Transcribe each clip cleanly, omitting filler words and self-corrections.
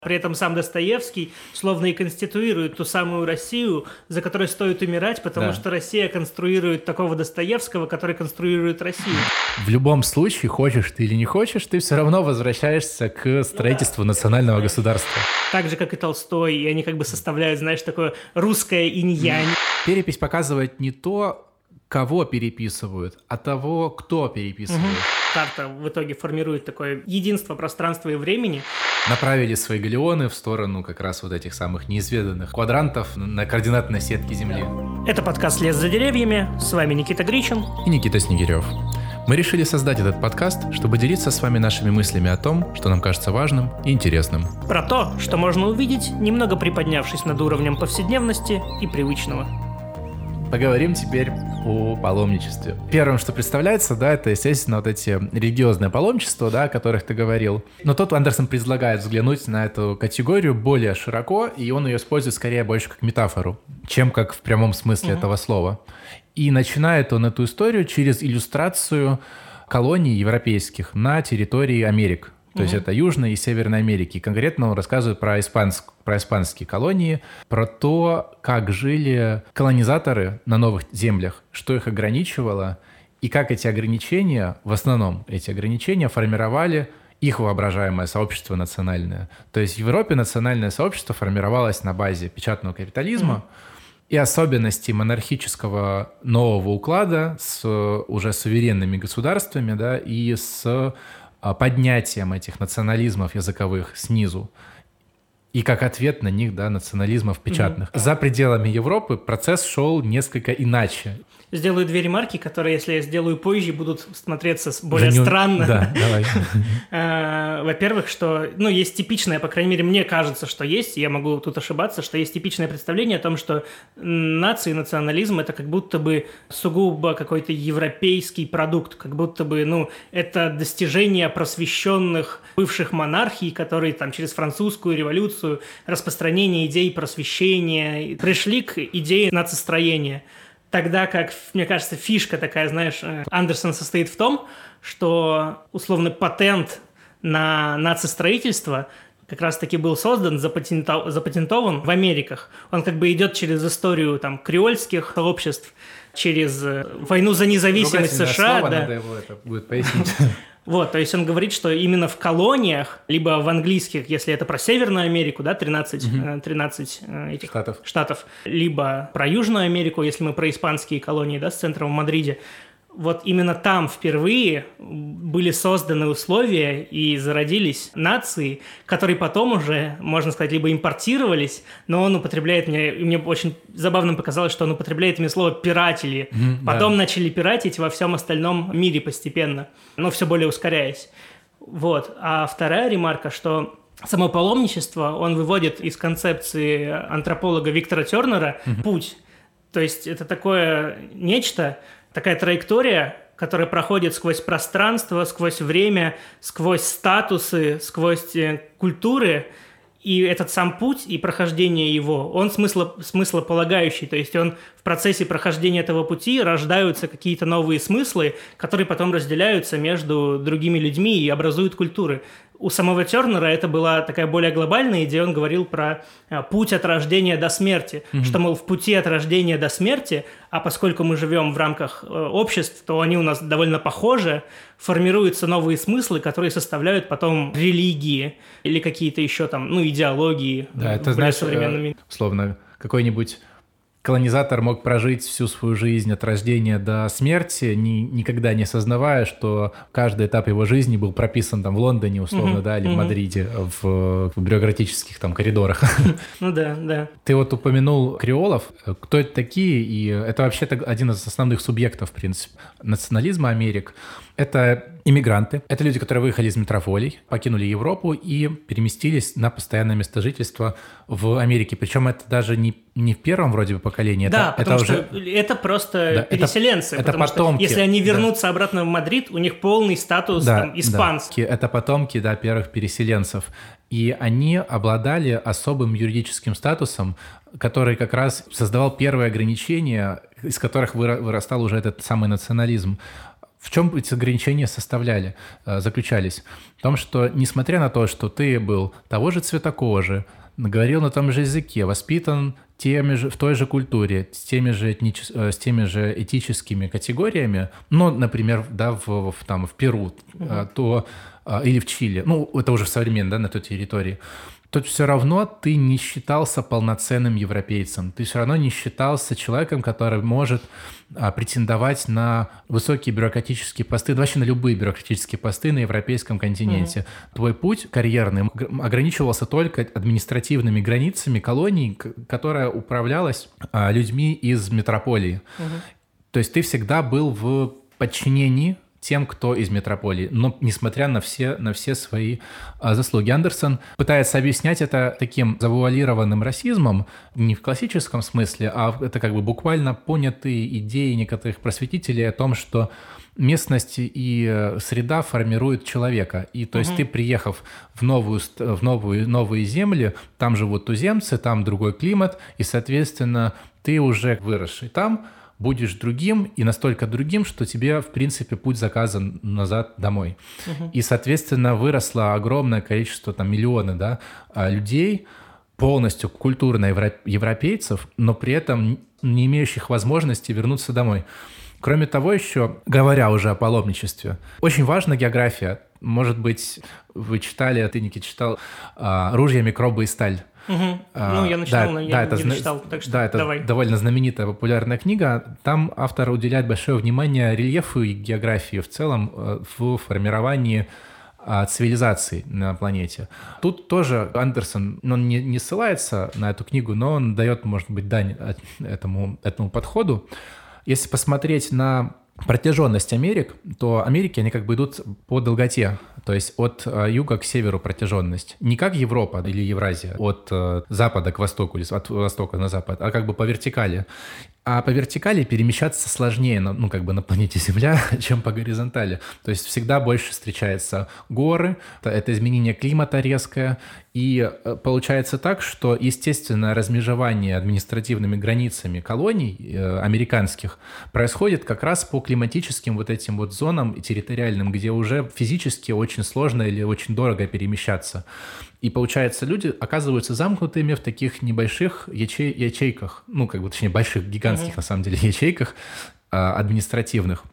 При этом сам Достоевский словно и конституирует ту самую Россию, за которой стоит умирать, потому что Россия конструирует такого Достоевского, который конструирует Россию. В любом случае, хочешь ты или не хочешь, ты все равно возвращаешься к строительству национального государства. Так же, как и Толстой, и они как бы составляют, знаешь, такое русское инь-янь. Перепись показывает не то, кого переписывают, а того, кто переписывает. Карта в итоге формирует такое единство пространства и времени. Направили свои галеоны в сторону как раз вот этих самых неизведанных квадрантов на координатной сетке Земли. Это подкаст «Лес за деревьями». С вами Никита Гричин и Никита Снегирев. Мы решили создать этот подкаст, чтобы делиться с вами нашими мыслями о том, что нам кажется важным и интересным. Про то, что можно увидеть, немного приподнявшись над уровнем повседневности и привычного. Поговорим теперь о паломничестве. Первым, что представляется, это, естественно, вот эти религиозные паломничества, о которых ты говорил. Но тут Андерсон предлагает взглянуть на эту категорию более широко, и он ее использует скорее больше как метафору, чем как в прямом смысле этого слова. И начинает он эту историю через иллюстрацию колоний европейских на территории Америк. То есть это Южной и Северной Америки. И конкретно он рассказывает про испанские колонии, про то, как жили колонизаторы на новых землях, что их ограничивало, и как эти ограничения, в основном эти ограничения, формировали их воображаемое сообщество национальное. То есть в Европе национальное сообщество формировалось на базе печатного капитализма и особенностей монархического нового уклада с уже суверенными государствами, и с поднятием этих национализмов языковых снизу и как ответ на них, национализмов печатных. За пределами Европы процесс шел несколько иначе. Сделаю две ремарки, которые, если я сделаю позже, будут смотреться более странно. Да, давай. Во-первых, что, есть типичное, по крайней мере, мне кажется, что есть, я могу тут ошибаться, что есть типичное представление о том, что нация и национализм – это как будто бы сугубо какой-то европейский продукт, как будто бы, это достижение просвещенных бывших монархий, которые там через французскую революцию, распространение идей просвещения пришли к идее нацистроения. Тогда как, мне кажется, фишка такая, знаешь, Андерсон состоит в том, что условный патент на нацистроительство как раз-таки был создан, запатентован в Америках. Он как бы идет через историю креольских сообществ, через войну за независимость США. Слово, надо его это будет пояснить. То есть он говорит, что именно в колониях, либо в английских, если это про Северную Америку, 13 этих штатов, либо про Южную Америку, если мы про испанские колонии, с центром в Мадриде, именно там впервые были созданы условия и зародились нации, которые потом уже, можно сказать, либо импортировались, но он употребляет, мне очень забавно показалось, что он употребляет именно слово «пиратели». Потом начали пиратить во всем остальном мире постепенно, но все более ускоряясь. А вторая ремарка, что само паломничество он выводит из концепции антрополога Виктора Тернера «путь». То есть это такое нечто, такая траектория, которая проходит сквозь пространство, сквозь время, сквозь статусы, сквозь культуры. И этот сам путь и прохождение его, он смыслополагающий. То есть он в процессе прохождения этого пути рождаются какие-то новые смыслы, которые потом разделяются между другими людьми и образуют культуры. У самого Тернера это была такая более глобальная идея, он говорил про путь от рождения до смерти, что, мол, в пути от рождения до смерти, а поскольку мы живем в рамках обществ, то они у нас довольно похожи, формируются новые смыслы, которые составляют потом религии или какие-то еще идеологии. Да, это, знаешь, современными. Условно, какой-нибудь колонизатор мог прожить всю свою жизнь от рождения до смерти, никогда не осознавая, что каждый этап его жизни был прописан в Лондоне, условно, или в Мадриде, в бюрократических коридорах. Да. Ты упомянул креолов. Кто это такие? И это вообще-то один из основных субъектов, в принципе, национализма Америк. Это иммигранты. Это люди, которые выехали из метрополий, покинули Европу и переместились на постоянное место жительства в Америке. Причем это даже не в первом вроде бы поколении. Да, потому что это просто переселенцы. Это потомки. Что если они вернутся обратно в Мадрид, у них полный статус испанский. Да. Это потомки первых переселенцев. И они обладали особым юридическим статусом, который как раз создавал первые ограничения, из которых вырастал уже этот самый национализм. В чем эти ограничения заключались? В том, что, несмотря на то, что ты был того же цвета кожи, говорил на том же языке, воспитан в той же культуре, с теми же этическими категориями, но, например, да, в Перу, или в Чили, это уже в современной, да, на той территории, то все равно ты не считался полноценным европейцем. Ты все равно не считался человеком, который может претендовать на высокие бюрократические посты, вообще на любые бюрократические посты на европейском континенте. Твой путь карьерный ограничивался только административными границами колоний, которая управлялась людьми из метрополии. То есть ты всегда был в подчинении тем, кто из метрополии, но несмотря на все свои заслуги. Андерсон пытается объяснять это таким завуалированным расизмом, не в классическом смысле, а это как бы буквально понятые идеи некоторых просветителей о том, что местность и среда формируют человека. И то есть ты, приехав в новые земли, там живут туземцы, там другой климат, и, соответственно, ты уже выросший там, будешь другим и настолько другим, что тебе, в принципе, путь заказан назад домой. И, соответственно, выросло огромное количество, миллионы, да, людей, полностью культурно европейцев, но при этом не имеющих возможности вернуться домой. Кроме того, еще, говоря уже о паломничестве, очень важна география. Может быть, вы читали, ты, Ники, читал «Ружья, микробы и сталь». Я начинал, но я не читал, так что это давай. Довольно знаменитая, популярная книга. Там автор уделяет большое внимание рельефу и географии в целом в формировании цивилизаций на планете. Тут тоже Андерсон, он не ссылается на эту книгу, но он дает, может быть, дань этому подходу. Если посмотреть на протяженность Америк, то Америки, они как бы идут по долготе, то есть от юга к северу протяженность. Не как Европа или Евразия, от запада к востоку или от востока на запад, а как бы по вертикали. А по вертикали перемещаться сложнее, на планете Земля, чем по горизонтали. То есть всегда больше встречаются горы, это изменение климата резкое, и получается так, что естественное размежевание административными границами колоний американских происходит как раз по климатическим вот этим вот зонам территориальным, где уже физически очень сложно или очень дорого перемещаться. И получается, люди оказываются замкнутыми в таких небольших ячейках, точнее, больших, гигантских, на самом деле, ячейках административных.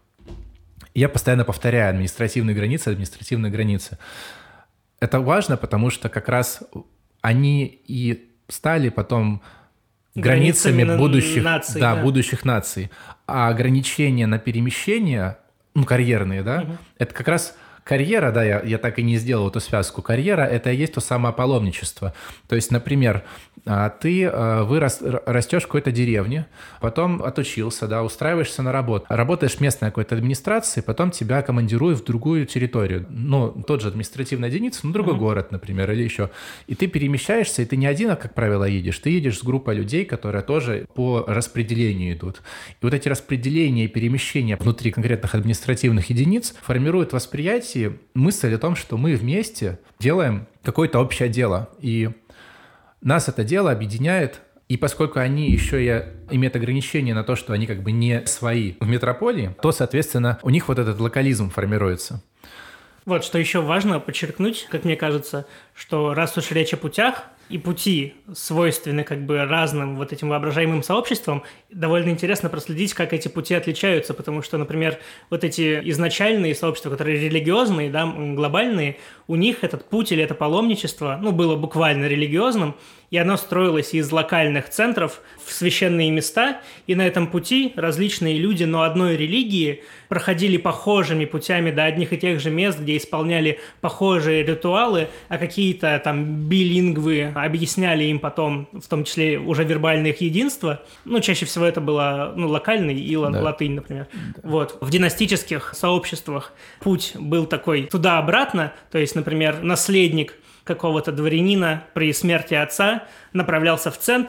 Я постоянно повторяю: административные границы. Это важно, потому что как раз они и стали потом границами будущих наций. Будущих наций. А ограничения на перемещение, карьерные, это как раз... Карьера, да, я так и не сделал эту связку. Карьера – это и есть то самое паломничество. То есть, например, ты растешь в какой-то деревне, потом отучился, да, устраиваешься на работу, работаешь в местной какой-то администрации, потом тебя командируют в другую территорию. Тот же административная единица, другой город, например, или еще. И ты перемещаешься, и ты не один, как правило, едешь. Ты едешь с группой людей, которые тоже по распределению идут. И вот эти распределения и перемещения внутри конкретных административных единиц формируют восприятие, мысль о том, что мы вместе делаем какое-то общее дело, и нас это дело объединяет, и поскольку они еще и имеют ограничения на то, что они как бы не свои в метрополии, то, соответственно, у них вот этот локализм формируется. Вот, что еще важно подчеркнуть, как мне кажется, что раз уж речь о путях, и пути свойственны как бы разным вот этим воображаемым сообществам, довольно интересно проследить, как эти пути отличаются, потому что, например, вот эти изначальные сообщества, которые религиозные, да, глобальные, у них этот путь или это паломничество, было буквально религиозным, и оно строилось из локальных центров в священные места, и на этом пути различные люди, но одной религии, проходили похожими путями до одних и тех же мест, где исполняли похожие ритуалы, а какие-то там билингвы объясняли им потом, в том числе уже вербальное их единство. Чаще всего это было локальный и латынь, например. Да. Вот. В династических сообществах путь был такой туда-обратно, то есть, например, наследник какого-то дворянина при смерти отца направлялся в центр,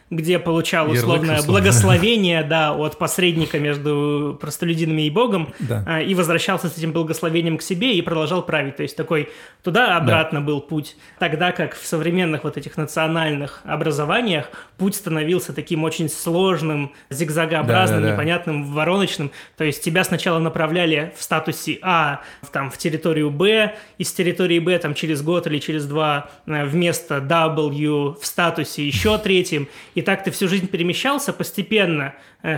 где получал условное благословение, да, от посредника между простолюдинами и Богом, да. И возвращался с этим благословением к себе и продолжал править. То есть такой туда-обратно был путь. Тогда как в современных вот этих национальных образованиях путь становился таким очень сложным, зигзагообразным, непонятным, вороночным. То есть тебя сначала направляли в статусе А там, в территорию Б, из территории Б там, через год или через два вместо W в статусе еще третьим. И так ты всю жизнь перемещался постепенно,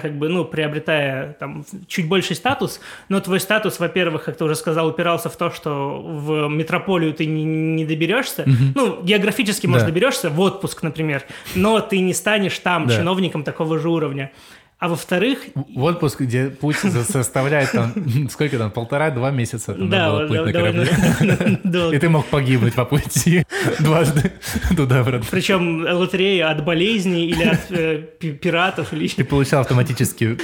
приобретая там чуть больший статус, но твой статус, во-первых, как ты уже сказал, упирался в то, что в метрополию ты не доберешься, географически, может, доберешься, в отпуск, например, но ты не станешь там чиновником такого же уровня. А во-вторых... В отпуск, где путь составляет там, сколько там, 1,5-2 месяца там надо было плыть на корабле. И ты мог погибнуть по пути дважды туда-обратно. Причем лотерея от болезней или от пиратов. Ты получал автоматически.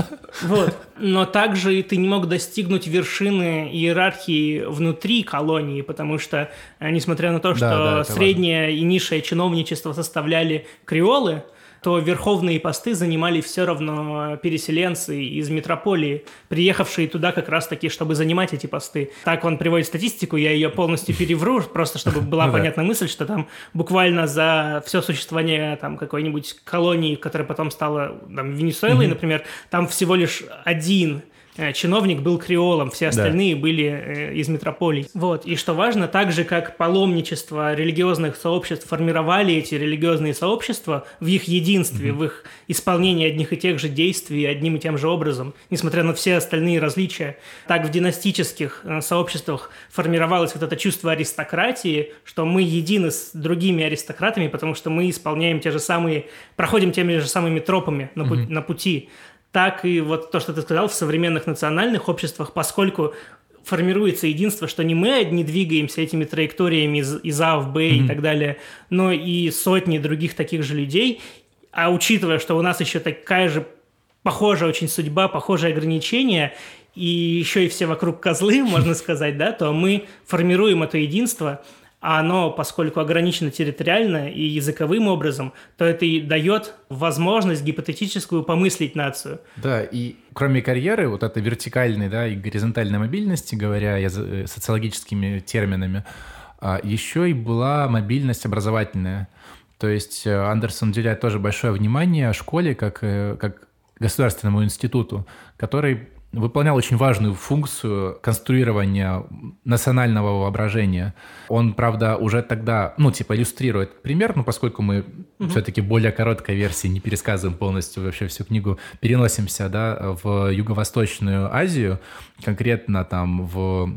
Вот. Но также ты не мог достигнуть вершины иерархии внутри колонии, потому что, несмотря на то, что среднее и низшее чиновничество составляли креолы, то верховные посты занимали все равно переселенцы из метрополии, приехавшие туда как раз-таки, чтобы занимать эти посты. Так он приводит статистику, я ее полностью перевру, просто чтобы была понятна мысль, что там буквально за все существование там какой-нибудь колонии, которая потом стала там, Венесуэлой, например, там всего лишь один чиновник был креолом, все остальные были из метрополий. Вот. И что важно, так же, как паломничество религиозных сообществ формировали эти религиозные сообщества в их единстве, в их исполнении одних и тех же действий одним и тем же образом, несмотря на все остальные различия, так в династических сообществах формировалось вот это чувство аристократии, что мы едины с другими аристократами, потому что мы исполняем те же самые, проходим теми же самыми тропами на пути. Так и вот то, что ты сказал, в современных национальных обществах, поскольку формируется единство, что не мы одни двигаемся этими траекториями из А в Б и так далее, но и сотни других таких же людей, а учитывая, что у нас еще такая же похожая очень судьба, похожие ограничения, и еще и все вокруг козлы, можно сказать, да, то мы формируем это единство, а оно, поскольку ограничено территориально и языковым образом, то это и дает возможность гипотетическую помыслить нацию. Да, и кроме карьеры, вот этой вертикальной, да, и горизонтальной мобильности, говоря социологическими терминами, еще и была мобильность образовательная. То есть Андерсон уделяет тоже большое внимание школе как государственному институту, который выполнял очень важную функцию конструирования национального воображения. Он, правда, уже тогда, иллюстрирует пример, поскольку мы все-таки более короткой версии не пересказываем полностью вообще всю книгу, переносимся, в Юго-Восточную Азию, конкретно там в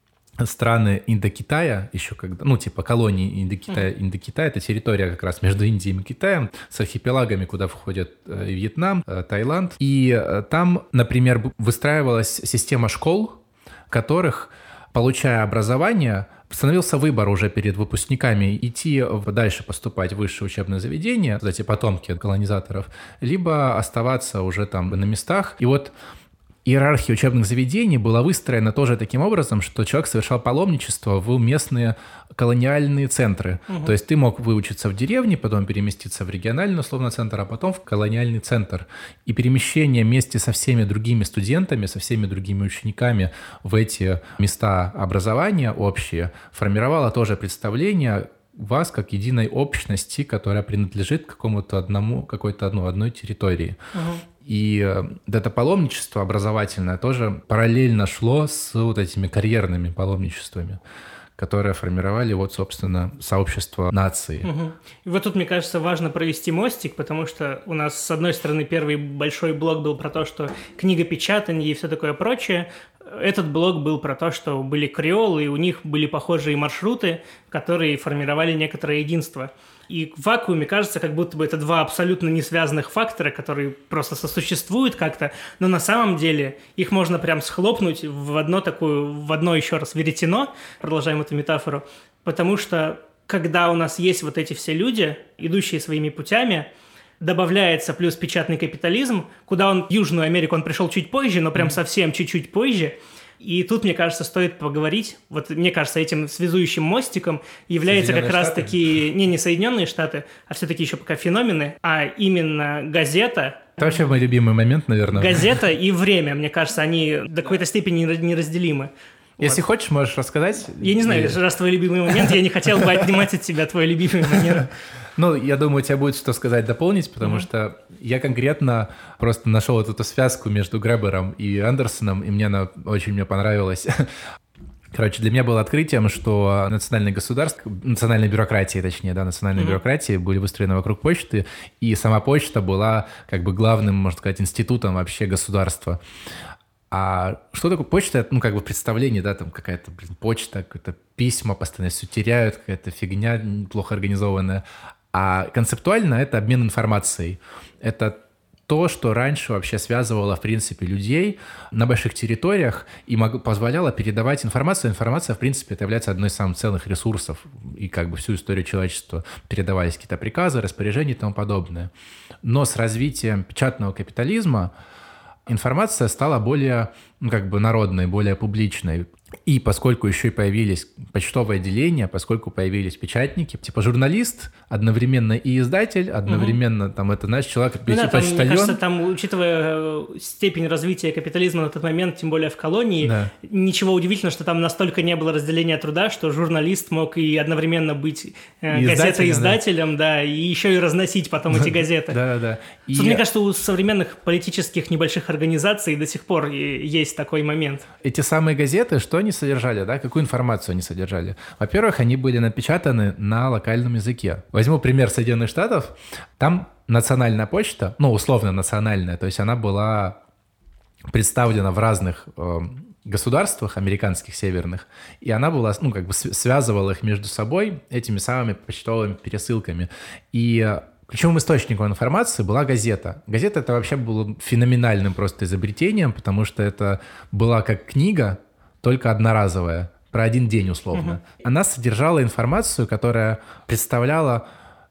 страны Индокитая, еще когда, колонии Индокитая, это территория как раз между Индией и Китаем, с архипелагами, куда входят Вьетнам, Таиланд. И там, например, выстраивалась система школ, в которых, получая образование, становился выбор уже перед выпускниками идти дальше поступать в высшее учебное заведение, эти потомки колонизаторов, либо оставаться уже там на местах. И вот иерархия учебных заведений была выстроена тоже таким образом, что человек совершал паломничество в местные колониальные центры. То есть ты мог выучиться в деревне, потом переместиться в региональный условно центр, а потом в колониальный центр. И перемещение вместе со всеми другими студентами, со всеми другими учениками в эти места образования общие формировало тоже представление вас как единой общности, которая принадлежит какой-то одной территории. И это паломничество образовательное тоже параллельно шло с вот этими карьерными паломничествами, которые формировали собственно, сообщество нации. И вот тут, мне кажется, важно провести мостик, потому что у нас, с одной стороны, первый большой блок был про то, что книгопечатание и все такое прочее. Этот блок был про то, что были креолы, и у них были похожие маршруты, которые формировали некоторое единство. И в вакууме кажется, как будто бы это два абсолютно не связанных фактора, которые просто сосуществуют как-то, но на самом деле их можно прям схлопнуть в одно еще раз веретено, продолжаем эту метафору, потому что когда у нас есть вот эти все люди, идущие своими путями, добавляется плюс печатный капитализм, куда в Южную Америку он пришел чуть позже, но прям совсем чуть-чуть позже, И тут, мне кажется, стоит поговорить. Вот, мне кажется, этим связующим мостиком является как раз-таки не Соединенные Штаты, а все-таки еще пока феномены, а именно газета. Это вообще мой любимый момент, наверное. Газета и время, мне кажется, они до какой-то степени неразделимы. Если хочешь, можешь рассказать. Я не знаю, раз твой любимый момент, я не хотел бы отнимать от тебя твой любимый момент. Ну, я думаю, у тебя будет что сказать, дополнить, потому что я конкретно просто нашел вот эту связку между Гребером и Андерсоном, и мне она очень понравилась. Короче, для меня было открытием, что национальные бюрократии были выстроены вокруг почты, и сама почта была как бы главным, можно сказать, институтом вообще государства. А что такое почта? Это, как бы представление, да, там какая-то, почта, какие-то письма постоянно все теряют, какая-то фигня плохо организованная. А концептуально это обмен информацией. Это то, что раньше вообще связывало, в принципе, людей на больших территориях и позволяло передавать информацию. Информация, в принципе, это является одной из самых ценных ресурсов. И как бы всю историю человечества передавались какие-то приказы, распоряжения и тому подобное. Но с развитием печатного капитализма информация стала более, народной, более публичной. И поскольку еще и появились почтовые отделения, поскольку появились печатники, типа журналист, одновременно и издатель, одновременно там это, знаешь, человек, почтальон. Мне кажется, там, учитывая степень развития капитализма на тот момент, тем более в колонии, ничего удивительного, что там настолько не было разделения труда, что журналист мог и одновременно быть газетой-издателем, и еще и разносить потом эти газеты. Да. Мне кажется, у современных политических небольших организаций до сих пор есть такой момент. Эти самые газеты, что они содержали, да, какую информацию они содержали? Во-первых, они были напечатаны на локальном языке. Возьму пример Соединенных Штатов. Там национальная почта, условно национальная, то есть она была представлена в разных государствах американских, северных, и она была, связывала их между собой этими самыми почтовыми пересылками. И ключевым источником информации была газета. Газета это вообще было феноменальным просто изобретением, потому что это была как книга, только одноразовая, про один день условно. Она содержала информацию, которая представляла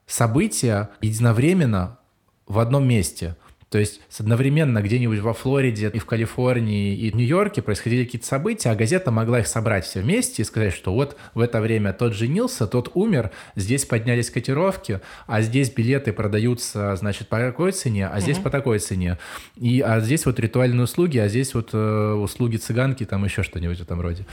события единовременно в одном месте. То есть одновременно где-нибудь во Флориде и в Калифорнии и в Нью-Йорке происходили какие-то события, а газета могла их собрать все вместе и сказать, что вот в это время тот женился, тот умер, здесь поднялись котировки, а здесь билеты продаются, значит, по такой цене, а здесь по такой цене. А здесь вот ритуальные услуги, а здесь вот услуги цыганки, там еще что-нибудь в этом роде.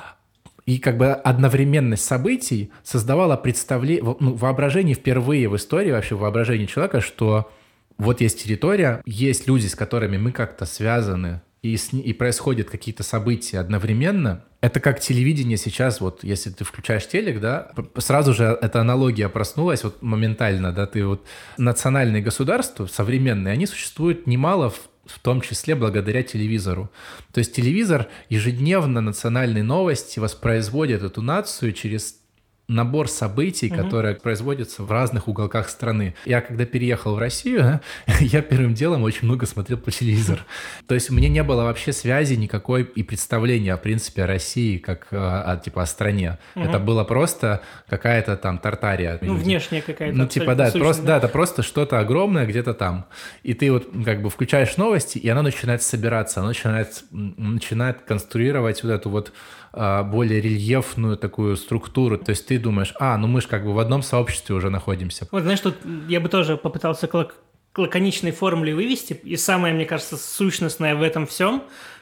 И как бы одновременность событий создавала воображение впервые в истории, вообще в воображении человека, что вот есть территория, есть люди, с которыми мы как-то связаны, и происходят какие-то события одновременно. Это как телевидение сейчас, вот если ты включаешь телек, да, сразу же эта аналогия проснулась вот моментально, да, национальные государства современные, они существуют немало в том числе благодаря телевизору. То есть телевизор ежедневно национальные новости воспроизводит эту нацию через набор событий, которые производятся в разных уголках страны. Я когда переехал в Россию, я первым делом очень много смотрел по телевизору. То есть у меня не было вообще связи никакой и представления, в принципе, о России как о стране. Это было просто какая-то там Тартария. Внешняя какая-то. Это просто что-то огромное где-то там. И ты вот как бы включаешь новости, и оно начинает собираться, оно начинает конструировать вот эту вот более рельефную такую структуру. То есть ты думаешь, мы же как бы в одном сообществе уже находимся. Вот знаешь, тут я бы тоже попытался к лаконичной формуле вывести. И самое, мне кажется, сущностное в этом всем,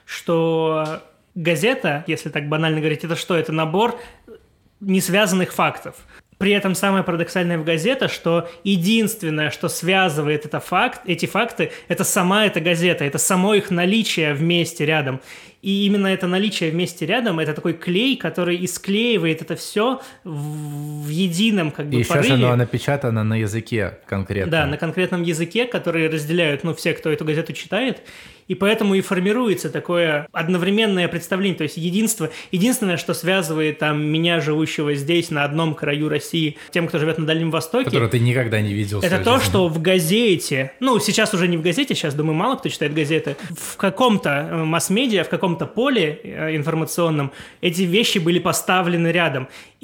что газета, если так банально говорить, это что? Это набор несвязанных фактов. При этом самое парадоксальное в газете, что единственное, что связывает эти факты, это сама эта газета, это само их наличие вместе рядом. И именно это наличие вместе рядом, это такой клей, который и склеивает это все в едином порыве. И еще же оно напечатано на языке конкретно. Да, на конкретном языке, который разделяют, все, кто эту газету читает. И поэтому и формируется такое одновременное представление, то есть единственное, что связывает меня, живущего здесь, на одном краю России, тем, кто живет на Дальнем Востоке. Который ты никогда не видел. Это то, что в газете, сейчас уже не в газете, сейчас, думаю, мало кто читает газеты, в каком-то масс-медиа, в каком-то поле информационном эти вещи были поставлены рядом.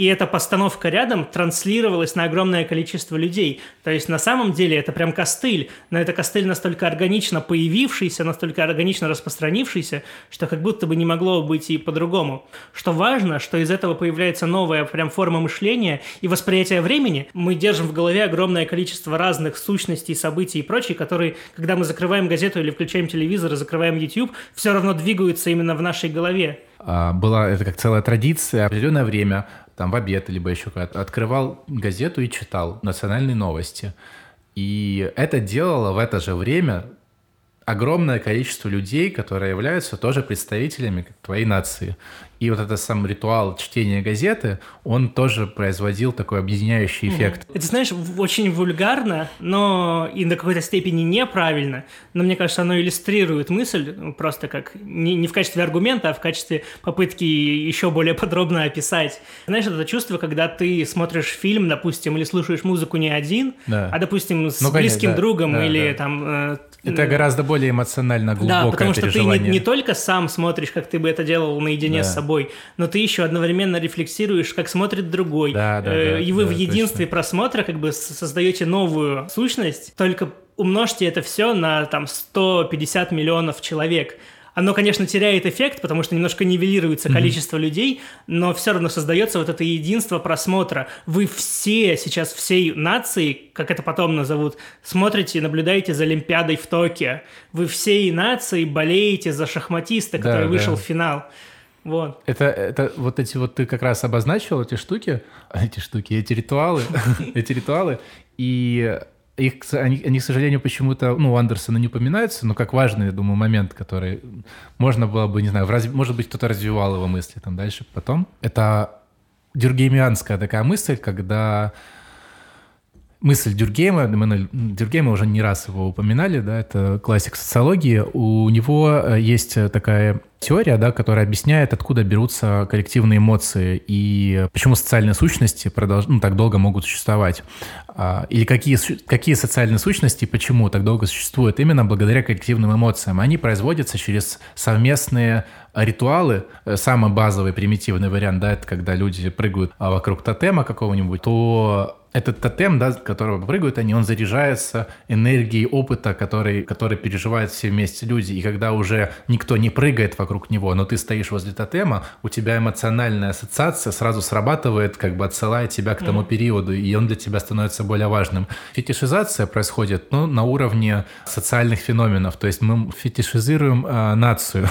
и эта постановка рядом транслировалась на огромное количество людей. То есть на самом деле это прям костыль, но это костыль настолько органично появившийся, настолько органично распространившийся, что как будто бы не могло быть и по-другому. Что важно, что из этого появляется новая прям форма мышления и восприятия времени. Мы держим в голове огромное количество разных сущностей, событий и прочее, которые, когда мы закрываем газету или включаем телевизор и закрываем YouTube, все равно двигаются именно в нашей голове. Была это как целая традиция. Определенное время, там в обед, либо еще когда-то, открывал газету и читал национальные новости. И это делало в это же время огромное количество людей, которые являются тоже представителями твоей нации. И вот этот сам ритуал чтения газеты, он тоже производил такой объединяющий эффект. Это, знаешь, очень вульгарно, но и до какой-то степени неправильно. Но мне кажется, оно иллюстрирует мысль просто как не в качестве аргумента, а в качестве попытки еще более подробно описать. Знаешь, это чувство, когда ты смотришь фильм, допустим, или слушаешь музыку не один, а, допустим, с близким другом или там... Это гораздо более эмоционально глубокое да, потому что переживание. ты не только сам смотришь, как ты бы это делал наедине с собой, но ты еще одновременно рефлексируешь, как смотрит другой. И вы в единстве просмотра как бы создаете новую сущность, только умножьте это все на там 150 миллионов человек. Оно, конечно, теряет эффект, потому что немножко нивелируется количество людей, но все равно создается вот это единство просмотра. Вы все сейчас всей нацией, как это потом назовут, смотрите, наблюдаете за Олимпиадой в Токио. Вы всей нацией болеете за шахматиста, который вышел в финал. Вот. Это вот эти вот ты как раз обозначил эти ритуалы, и они, к сожалению, почему-то, у Андерсона не упоминаются, но как важный, я думаю, момент, который можно было бы, не знаю, может быть, кто-то развивал его мысли там дальше потом. Это дюркгеймианская такая мысль, когда мысль Дюркгейма, Дюркгейма уже не раз его упоминали, да, это классик социологии, у него есть такая теория, да, которая объясняет, откуда берутся коллективные эмоции и почему социальные сущности так долго могут существовать. Или какие социальные сущности, почему так долго существуют именно благодаря коллективным эмоциям. Они производятся через совместные ритуалы. Самый базовый, примитивный вариант, да, это когда люди прыгают вокруг тотема какого-нибудь, то этот тотем, да, которого прыгают они, он заряжается энергией опыта, который переживают все вместе люди. И когда уже никто не прыгает вокруг него, но ты стоишь возле тотема, у тебя эмоциональная ассоциация сразу срабатывает, как бы отсылая тебя к тому периоду, и он для тебя становится более важным. Фетишизация происходит, на уровне социальных феноменов. То есть мы фетишизируем нацию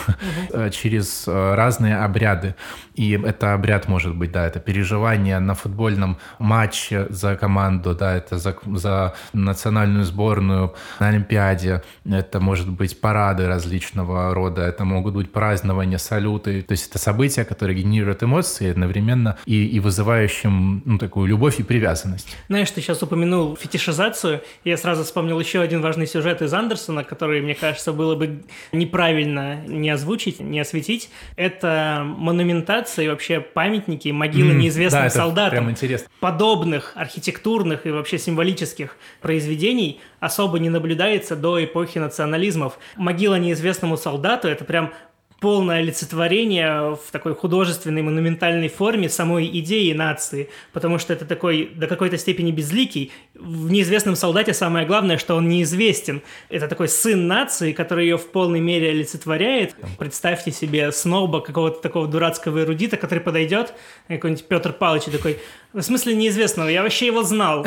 через разные обряды. И это обряд может быть, да, это переживание на футбольном матче за команду, да, это за национальную сборную на Олимпиаде, это может быть парады различного рода, это могут быть празднования, салюты, то есть это события, которые генерируют эмоции одновременно и вызывающим такую любовь и привязанность. Знаешь, ты сейчас упомянул фетишизацию, и я сразу вспомнил еще один важный сюжет из Андерсона, который, мне кажется, было бы неправильно не озвучить, не осветить. Это монументация и вообще памятники, могилы неизвестным солдатам. Прям интересно. Подобных архитектурных и вообще символических произведений особо не наблюдается до эпохи национализмов. Могила неизвестному солдату – это прям полное олицетворение в такой художественной, монументальной форме самой идеи нации, потому что это такой до какой-то степени безликий. В неизвестном солдате самое главное, что он неизвестен. Это такой сын нации, который ее в полной мере олицетворяет. Представьте себе сноба, какого-то такого дурацкого эрудита, который подойдет, какой-нибудь Петр Павлович, и такой: в смысле неизвестного? Я вообще его знал.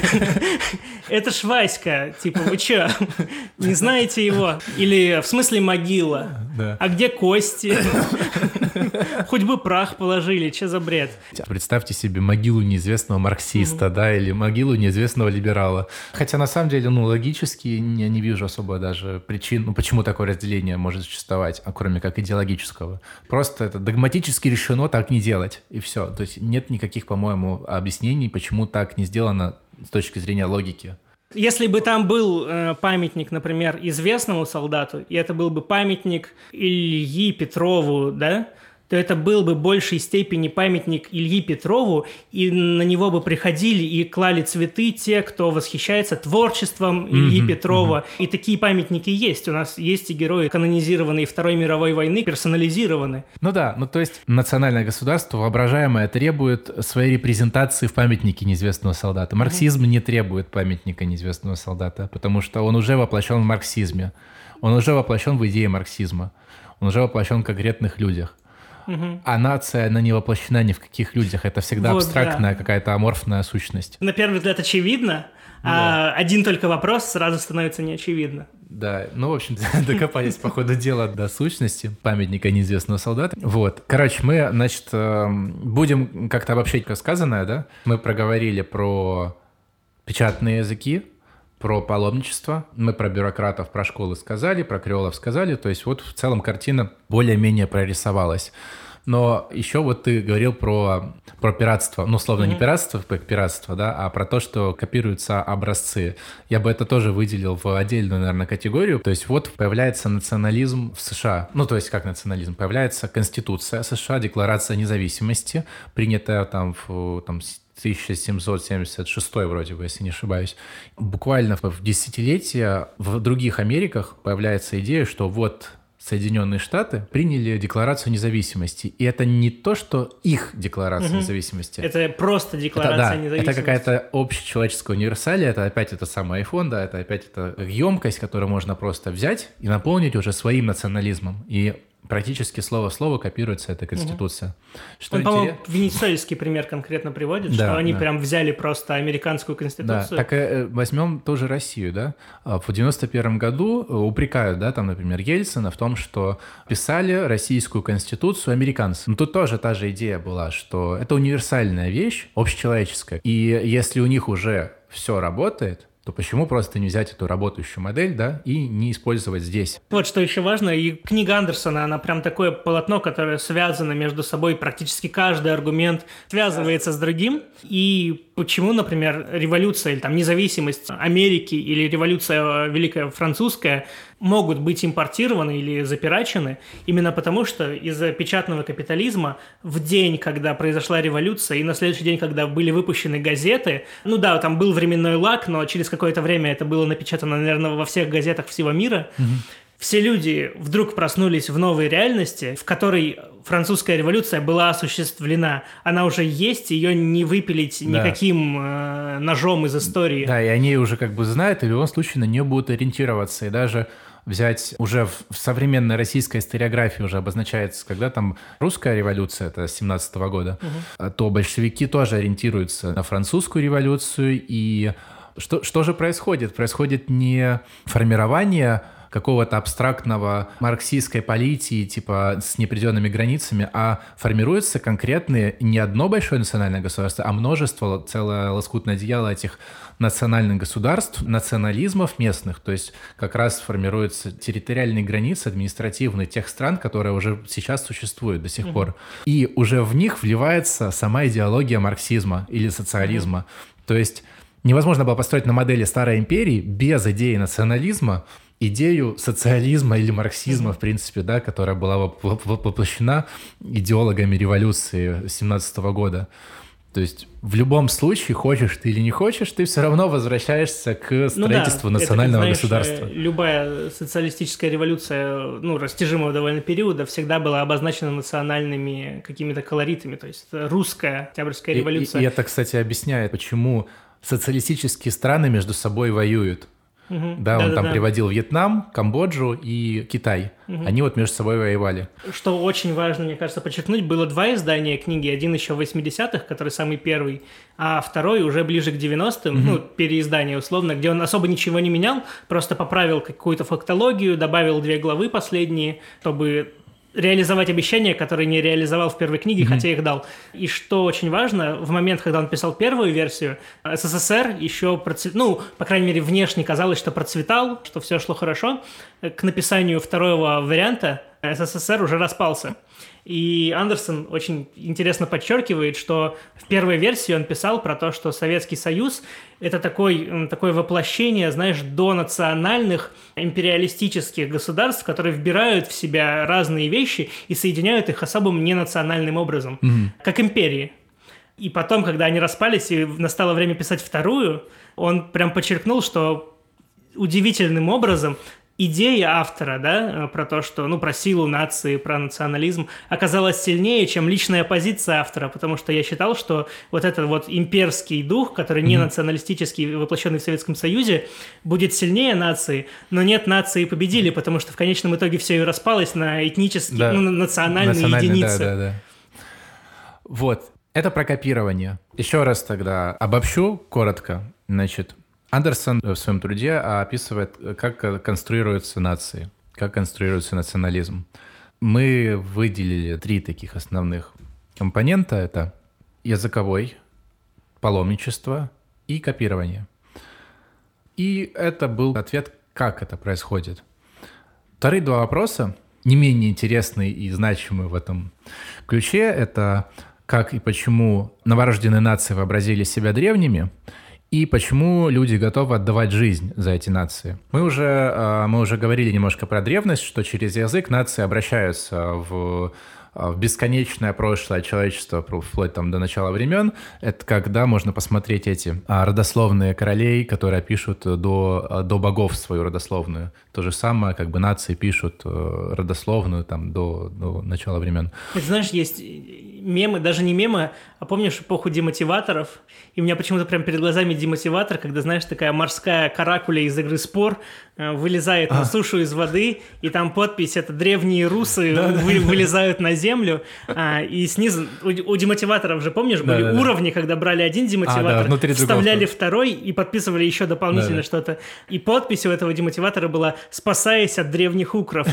Это ж Васька. Типа, вы чё, не знаете его? Или в смысле могила? А где кости? Хоть бы прах положили, че за бред? Представьте себе могилу неизвестного марксиста, да, или могилу неизвестного либерала. Хотя на самом деле, логически я не вижу особо даже причин, почему такое разделение может существовать, кроме как идеологического. Просто это догматически решено так не делать, и все. То есть нет никаких, по-моему, объяснений, почему так не сделано с точки зрения логики. Если бы там был памятник, например, известному солдату, и это был бы памятник Ильи Петрову, да, то это был бы в большей степени памятник Ильи Петрову, и на него бы приходили и клали цветы те, кто восхищается творчеством Ильи Петрова. И такие памятники есть. У нас есть и герои, канонизированные Второй мировой войны, персонализированы. Ну да, ну то есть национальное государство воображаемое требует своей репрезентации в памятнике неизвестного солдата. Марксизм не требует памятника неизвестного солдата, потому что он уже воплощен в марксизме. Он уже воплощен в идее марксизма. Он уже воплощен в конкретных людях. А нация, она не воплощена ни в каких людях. Это всегда вот, абстрактная какая-то аморфная сущность. На первый взгляд очевидно, а один только вопрос сразу становится неочевидно. Да, ну, в общем, докопались по ходу дела до сущности памятника неизвестного солдата. Вот. Короче, мы, значит, будем как-то обобщать сказанное, да? Мы проговорили про печатные языки, про паломничество, мы про бюрократов, про школы сказали, про креолов сказали, то есть вот в целом картина более-менее прорисовалась. Но еще вот ты говорил про пиратство, ну, словно не пиратство, как пиратство, да, а про то, что копируются образцы. Я бы это тоже выделил в отдельную, наверное, категорию. То есть вот появляется национализм в США. Ну, то есть как национализм? Появляется Конституция США, Декларация независимости, принятая там в 1776 вроде бы, если не ошибаюсь. Буквально в десятилетия в других Америках появляется идея, что вот Соединенные Штаты приняли Декларацию независимости. И это не то, что их Декларация независимости. Это просто Декларация независимости. Это какая-то общечеловеческая универсалия, это опять это самый iPhone, да, это опять это емкость, которую можно просто взять и наполнить уже своим национализмом. И практически слово в слово копируется эта Конституция. Что он, по-моему, венесуэльский пример конкретно приводит, что они прям взяли просто американскую Конституцию. Да, так возьмем тоже Россию, да. В 91 году упрекают, да, там, например, Ельцина в том, что писали российскую Конституцию американцы. Но тут тоже та же идея была, что это универсальная вещь, общечеловеческая. И если у них уже все работает, то почему просто не взять эту работающую модель, да, и не использовать здесь? Вот что еще важно, и книга Андерсона, она прям такое полотно, которое связано между собой, практически каждый аргумент связывается с другим. И почему, например, революция или там независимость Америки или революция Великая Французская могут быть импортированы или запирачены именно потому, что из-за печатного капитализма в день, когда произошла революция, и на следующий день, когда были выпущены газеты, ну да, там был временной лаг, но через какое-то время это было напечатано, наверное, во всех газетах всего мира, все люди вдруг проснулись в новой реальности, в которой французская революция была осуществлена. Она уже есть, ее не выпилить никаким ножом из истории. Да, и они уже как бы знают, и в любом случае на нее будут ориентироваться. И даже взять уже в современной российской историографии уже обозначается, когда там русская революция, это с 17 года, то большевики тоже ориентируются на французскую революцию. И что же происходит? Происходит не формирование какого-то абстрактного марксистской политики, типа с неопределенными границами, а формируются конкретные не одно большое национальное государство, а множество, целое лоскутное одеяло этих национальных государств, национализмов местных, то есть как раз формируются территориальные границы административные тех стран, которые уже сейчас существуют до сих пор. И уже в них вливается сама идеология марксизма или социализма. То есть невозможно было построить на модели старой империи без идеи национализма идею социализма или марксизма, в принципе, да, которая была воплощена идеологами революции 17 года. То есть в любом случае, хочешь ты или не хочешь, ты все равно возвращаешься к строительству национального государства. Любая социалистическая революция, растяжимого довольно периода, всегда была обозначена национальными какими-то колоритами. То есть русская Октябрьская революция. И это, кстати, объясняет, почему социалистические страны между собой воюют. Да, он там приводил Вьетнам, Камбоджу и Китай. Они вот между собой воевали. Что очень важно, мне кажется, подчеркнуть, было два издания книги. Один еще в 80-х, который самый первый, а второй уже ближе к 90-м, переиздание условно, где он особо ничего не менял, просто поправил какую-то фактологию, добавил 2 главы последние, чтобы реализовать обещания, которые не реализовал в первой книге, хотя их дал. И что очень важно, в момент, когда он писал первую версию, СССР еще по крайней мере, внешне казалось, что процветал, что все шло хорошо. К написанию второго варианта СССР уже распался. И Андерсон очень интересно подчеркивает, что в первой версии он писал про то, что Советский Союз – это такое воплощение, знаешь, донациональных империалистических государств, которые вбирают в себя разные вещи и соединяют их особым ненациональным образом, как империи. И потом, когда они распались и настало время писать вторую, он прям подчеркнул, что удивительным образом идея автора, да, про то, что, про силу нации, про национализм, оказалась сильнее, чем личная позиция автора, потому что я считал, что вот этот вот имперский дух, который не националистический, воплощенный в Советском Союзе, будет сильнее нации, но нет, нации победили, потому что в конечном итоге все и распалось на этнические, национальные единицы. Да. Вот, это про копирование. Еще раз тогда обобщу коротко, значит, Андерсон в своем труде описывает, как конструируются нации, как конструируется национализм. Мы выделили 3 таких основных компонента. Это языковой, паломничество и копирование. И это был ответ, как это происходит. Вторые 2 вопроса, не менее интересные и значимые в этом ключе, это как и почему новорожденные нации вообразили себя древними, и почему люди готовы отдавать жизнь за эти нации. Мы уже говорили немножко про древность, что через язык нации обращаются в бесконечное прошлое человечества, вплоть до начала времен. Это когда можно посмотреть эти родословные королей, которые пишут до богов свою родословную. То же самое, нации пишут родословную до начала времен. Ты знаешь, есть мемы, даже не мемы, а помнишь эпоху демотиваторов? И у меня почему-то прям перед глазами демотиватор, когда, знаешь, такая морская каракуля из игры «Спор» вылезает на сушу из воды, и там подпись «Это древние русы вылезают на землю», и снизу у демотиваторов же, помнишь, были уровни, когда брали один демотиватор, вставляли второй и подписывали еще дополнительно что-то. И подпись у этого демотиватора была «Спасаясь от древних укров».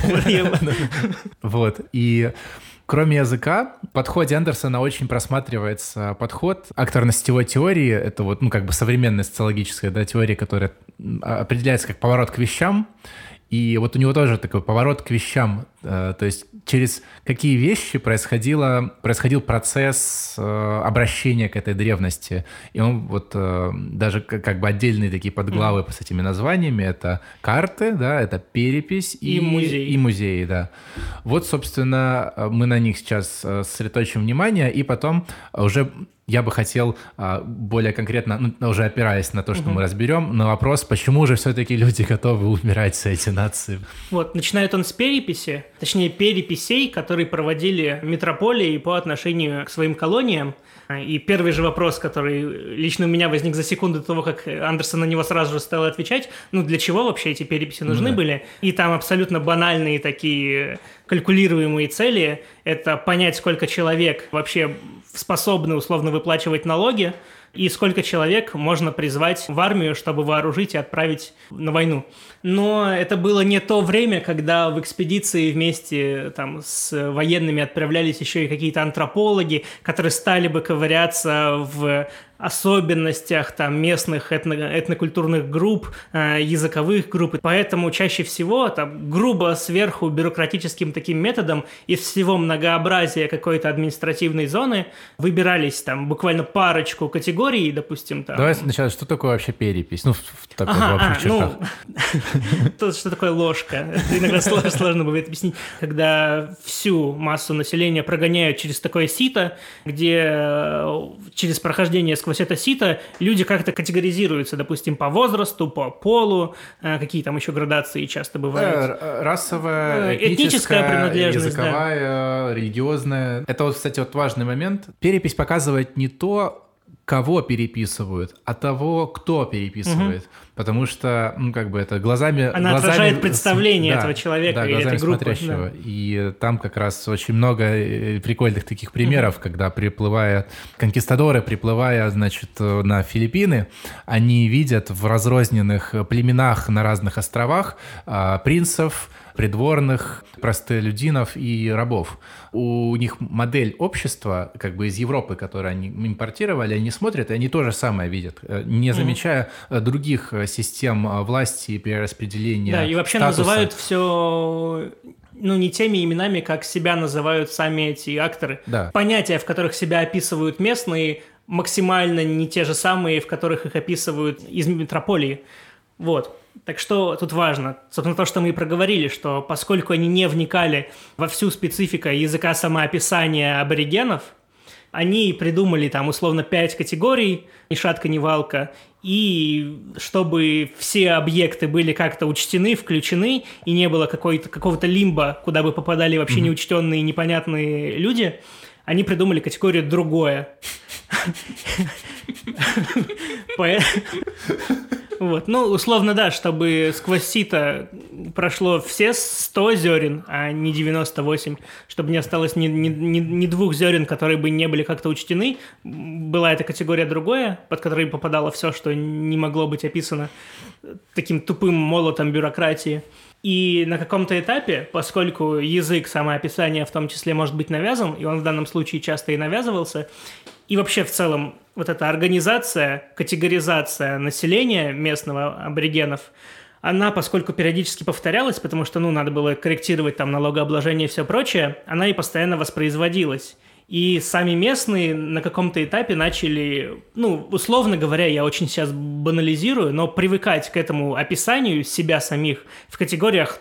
Вот, и... Кроме языка, в подходе Андерсона очень просматривается подход акторно-сетевой теории. Это современная социологическая теория, которая определяется как поворот к вещам. И вот у него тоже такой поворот к вещам. То есть через какие вещи происходил процесс обращения к этой древности. И он даже отдельные такие подглавы с этими названиями. Это карты, да, это перепись и музеи, да. Вот, собственно, мы на них сейчас сосредоточим внимание, и потом уже... Я бы хотел более конкретно, уже опираясь на то, что мы разберем, на вопрос, почему же все-таки люди готовы умирать за эти нации. Вот, начинает он с переписи, точнее переписей, которые проводили метрополии по отношению к своим колониям. И первый же вопрос, который лично у меня возник за секунду до того, как Андерсон на него сразу же стал отвечать, для чего вообще эти переписи нужны были? И там абсолютно банальные такие калькулируемые цели – это понять, сколько человек вообще способны условно выплачивать налоги, и сколько человек можно призвать в армию, чтобы вооружить и отправить на войну. Но это было не то время, когда в экспедиции вместе с военными отправлялись еще и какие-то антропологи, которые стали бы ковыряться в особенностях местных этнокультурных групп, языковых групп. И поэтому чаще всего грубо сверху бюрократическим таким методом из всего многообразия какой-то административной зоны выбирались буквально парочку категорий, допустим. Давай сначала, что такое вообще перепись? В общих чертах. Что такое ложка? Иногда сложно бывает объяснить. Когда всю массу населения прогоняют через такое сито, где через прохождение сквозь это сито люди как-то категоризируются, допустим, по возрасту, по полу, какие там еще градации часто бывают. Расовая, этническая принадлежность, языковая, религиозная. Это, кстати, важный момент. Перепись показывает не то, кого переписывают, а того, кто переписывает. Потому что, это глазами... Она отражает представление этого человека или этой группы. Смотрящего. Да. И там как раз очень много прикольных таких примеров, когда конкистадоры, приплывая, на Филиппины, они видят в разрозненных племенах на разных островах принцев, придворных, простолюдинов и рабов. У них модель общества, из Европы, которую они импортировали, они смотрят, и они то же самое видят, не замечая других систем власти и перераспределения Да, и вообще статуса. называют все не теми именами, как себя называют сами эти акторы. Да. Понятия, в которых себя описывают местные, максимально не те же самые, в которых их описывают из метрополии. Вот. Так что тут важно, собственно, то, что мы и проговорили, что поскольку они не вникали во всю специфику языка самоописания аборигенов, они придумали там условно 5 категорий, ни шатка, ни валка, и чтобы все объекты были как-то учтены, включены, и не было какого-то лимба, куда бы попадали вообще неучтенные, непонятные люди, они придумали категорию «другое». Вот, условно, да, чтобы сквозь сито прошло все 100 зерен, а не 98, чтобы не осталось ни 2 зерен, которые бы не были как-то учтены. Была эта категория «другое», под которой попадало все, что не могло быть описано таким тупым молотом бюрократии. И на каком-то этапе, поскольку язык самоописания в том числе может быть навязан, и он в данном случае часто и навязывался, и вообще в целом вот эта организация, категоризация населения местного аборигенов, она, поскольку периодически повторялась, потому что, надо было корректировать там налогообложение и все прочее, она и постоянно воспроизводилась. И сами местные на каком-то этапе начали, условно говоря, я очень сейчас банализирую, но привыкать к этому описанию себя самих в категориях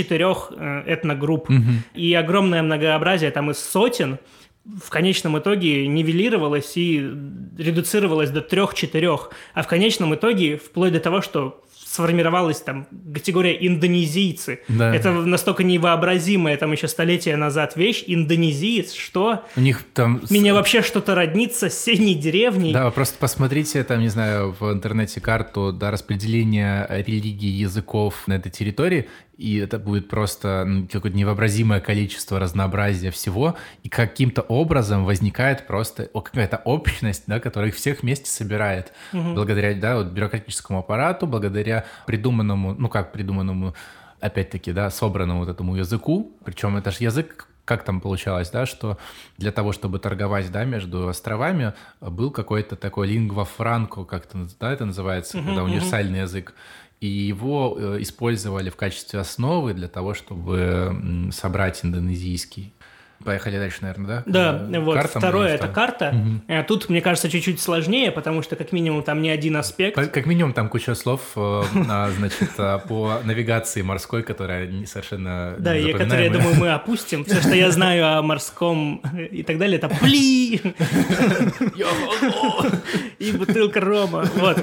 2-4 этногрупп. И огромное многообразие там из сотен в конечном итоге нивелировалось и редуцировалось до 3-4, а в конечном итоге вплоть до того, что сформировалась там категория индонезийцы. Да. Это настолько невообразимая там еще столетия назад вещь. Индонезиец, что? У них там... Меня вообще что-то роднится с соседней деревней. Да, просто посмотрите там, не знаю, в интернете карту распределения религий, языков на этой территории, и это будет просто какое-то невообразимое количество разнообразия всего, и каким-то образом возникает просто какая-то общность, да, которая их всех вместе собирает. Благодаря бюрократическому аппарату, благодаря придуманному, опять-таки, собранному вот этому языку. Причем это же язык, как там получалось, что для того, чтобы торговать, между островами, был какой-то такой лингва франко, как-то, это называется, когда универсальный язык. И его использовали в качестве основы для того, чтобы собрать индонезийский. Поехали дальше, наверное, да? Да, вот второе – это карта. Тут, мне кажется, чуть-чуть сложнее, потому что как минимум там не один аспект. Как минимум там куча слов, по навигации морской, которая совершенно да, и которые, я думаю, мы опустим. Все, что я знаю о морском и так далее, это пли и бутылка рома. Вот.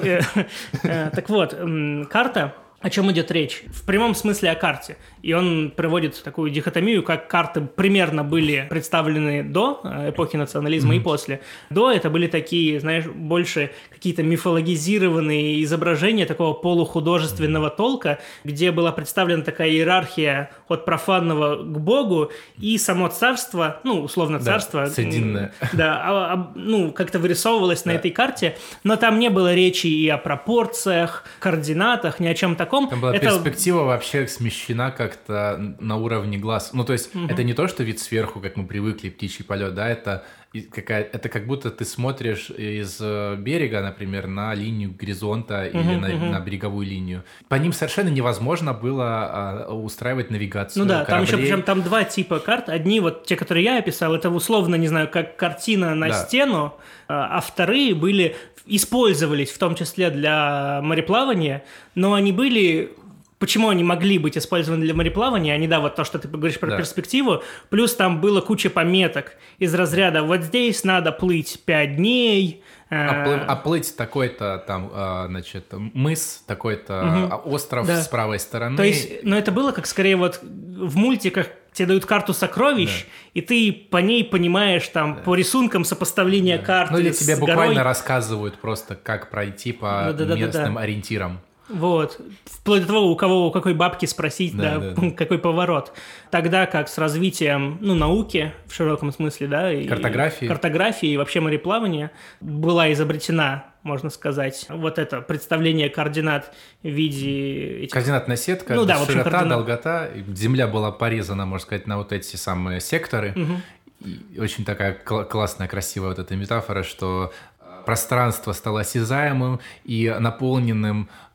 Так вот, карта. О чем идет речь? В прямом смысле о карте. И он приводит такую дихотомию, как карты примерно были представлены до эпохи национализма и после. До это были такие, знаешь, больше какие-то мифологизированные изображения такого полухудожественного толка, где была представлена такая иерархия от профанного к богу, и само царство, условно царство, да, срединное. Да, как-то вырисовывалось на этой карте, но там не было речи и о пропорциях, координатах, ни о чем таком. Там была перспектива вообще смещена как-то на уровне глаз. То есть это не то, что вид сверху, как мы привыкли, птичий полет, это как будто ты смотришь из берега, например, на линию горизонта или на береговую линию. По ним совершенно невозможно было устраивать навигацию кораблей. Там еще причем там 2 типа карт. Одни, вот те, которые я описал, это условно, не знаю, как картина на стену, а вторые использовались в том числе для мореплавания, но они были... Почему они могли быть использованы для мореплавания? Они, вот то, что ты говоришь про перспективу, плюс там было куча пометок из разряда «вот здесь надо плыть 5 дней», плыть такой-то там, мыс, такой-то остров с правой стороны. То есть, это было как скорее вот в мультиках тебе дают карту сокровищ, и ты по ней понимаешь там по рисункам сопоставления карты или с тебе горой. Буквально рассказывают просто, как пройти по местным ориентирам. Вот. Вплоть до того, у какой бабки спросить, какой поворот. Тогда как с развитием, науки в широком смысле, и картографии и вообще мореплавания была изобретена, можно сказать, вот это представление координат в виде этих... Координатная сетка, широта, долгота. Земля была порезана, можно сказать, на вот эти самые секторы. И очень такая классная, красивая вот эта метафора, что пространство стало осязаемым и наполненным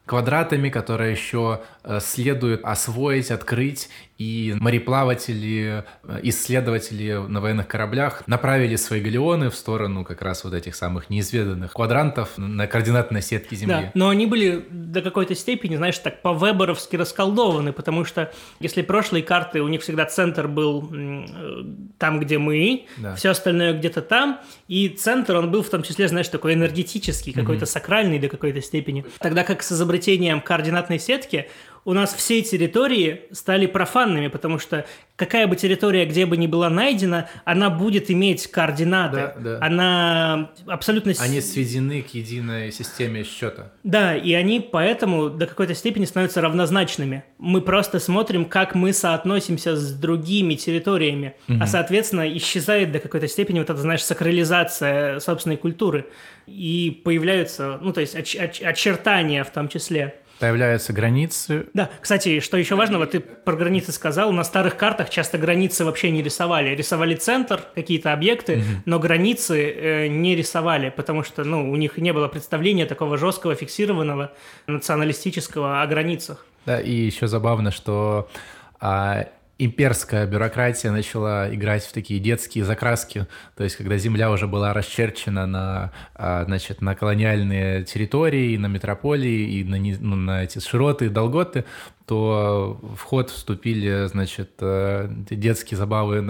квадратами, которые еще следует освоить, открыть, и мореплаватели, исследователи на военных кораблях направили свои галеоны в сторону как раз вот этих самых неизведанных квадрантов на координатной сетке Земли. Да, но они были до какой-то степени, знаешь, так по-веберовски расколдованы, потому что если прошлые карты, у них всегда центр был там, где мы, да. Все остальное где-то там, и центр, он был в том числе, знаешь, такой энергетический, какой-то сакральный до какой-то степени. Тогда как с изобретением координатной сетки у нас все территории стали профанными, потому что какая бы территория где бы ни была найдена, она будет иметь координаты. Да. Она абсолютно... Они сведены к единой системе счета. Да, и они поэтому до какой-то степени становятся равнозначными. Мы просто смотрим, как мы соотносимся с другими территориями, а, соответственно, исчезает до какой-то степени вот эта, знаешь, сакрализация собственной культуры. И появляются, то есть очертания в том числе. Появляются границы. Да, кстати, что еще важно, вот ты про границы сказал, на старых картах часто границы вообще не рисовали. Рисовали центр, какие-то объекты, но границы не рисовали, потому что, у них не было представления такого жесткого, фиксированного, националистического о границах. Да, и еще забавно, что имперская бюрократия начала играть в такие детские закраски, то есть когда земля уже была расчерчена на колониальные территории, на метрополии и на эти широты, долготы, то в ход вступили, детские забавы,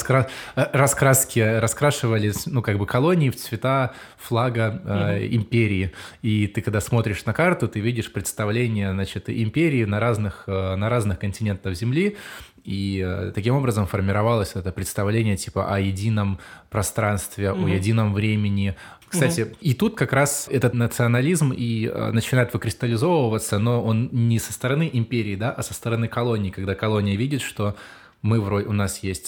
раскрашивали, колонии в цвета флага империи. И ты, когда смотришь на карту, ты видишь представление, империи на разных континентах Земли, и таким образом формировалось это представление о едином пространстве, о едином времени. Кстати, и тут как раз этот национализм и начинает выкристаллизовываться, но он не со стороны империи, да, а со стороны колонии, когда колония видит, что у нас есть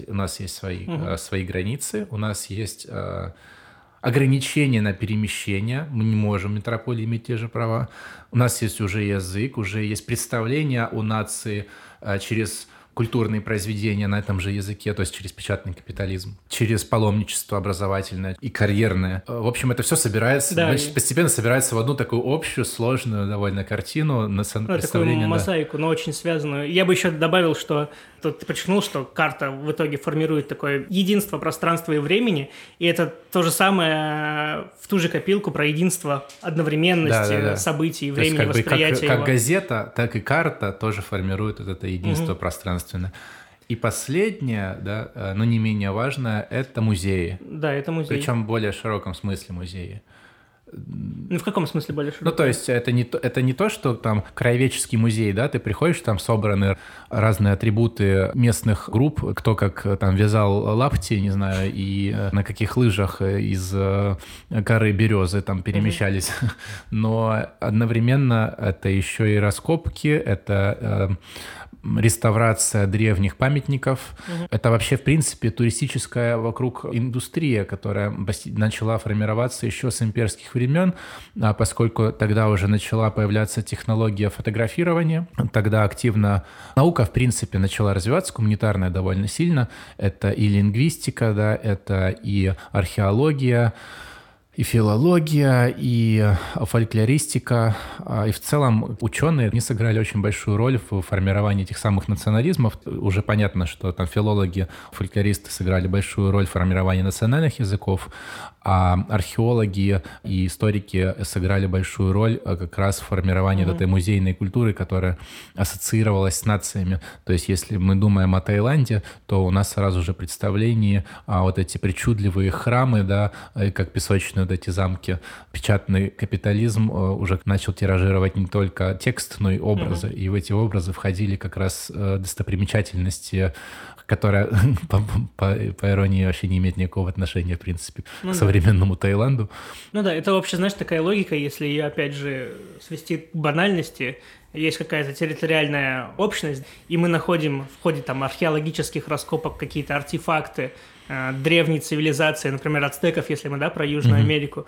свои границы, у нас есть ограничения на перемещение, мы не можем метрополии иметь те же права, у нас есть уже язык, уже есть представление о нации через культурные произведения на этом же языке, то есть через печатный капитализм, через паломничество образовательное и карьерное. В общем, это все собирается, постепенно собирается в одну такую общую, сложную довольно картину. Такую мозаику, но очень связанную. Я бы еще добавил, что тут ты подчеркнул, что карта в итоге формирует такое единство пространства и времени, и это то же самое в ту же копилку про единство одновременности событий, времени, восприятия. Как газета, так и карта тоже формирует это единство пространства. И последнее, но не менее важное, это музеи. Да, это музеи. Причем в более широком смысле музеи. В каком смысле более широком? То есть это не то, что там краеведческий музей, да, ты приходишь, там собраны разные атрибуты местных групп, кто как там вязал лапти, не знаю, и на каких лыжах из коры березы там перемещались. Но одновременно это еще и раскопки, это реставрация древних памятников. Это вообще, в принципе, туристическая вокруг индустрия, которая начала формироваться еще с имперских времен, поскольку тогда уже начала появляться технология фотографирования. Тогда активно наука, в принципе, начала развиваться, гуманитарная довольно сильно. Это и лингвистика, да, это и археология, и филология, и фольклористика, и в целом ученые не сыграли очень большую роль в формировании этих самых национализмов. Уже понятно, что там филологи, фольклористы сыграли большую роль в формировании национальных языков, а археологи и историки сыграли большую роль как раз в формировании этой музейной культуры, которая ассоциировалась с нациями. То есть если мы думаем о Таиланде, то у нас сразу же представление вот эти причудливые храмы, да, как песочные вот эти замки. Печатный капитализм уже начал тиражировать не только текст, но и образы. И в эти образы входили как раз достопримечательности, которая, по иронии, вообще не имеет никакого отношения, в принципе, к современному Таиланду. Ну да, это вообще, знаешь, такая логика, если ее, опять же, свести к банальности. Есть какая-то территориальная общность, и мы находим в ходе там археологических раскопок какие-то артефакты древней цивилизации, например, ацтеков, если мы, да, про Южную Америку.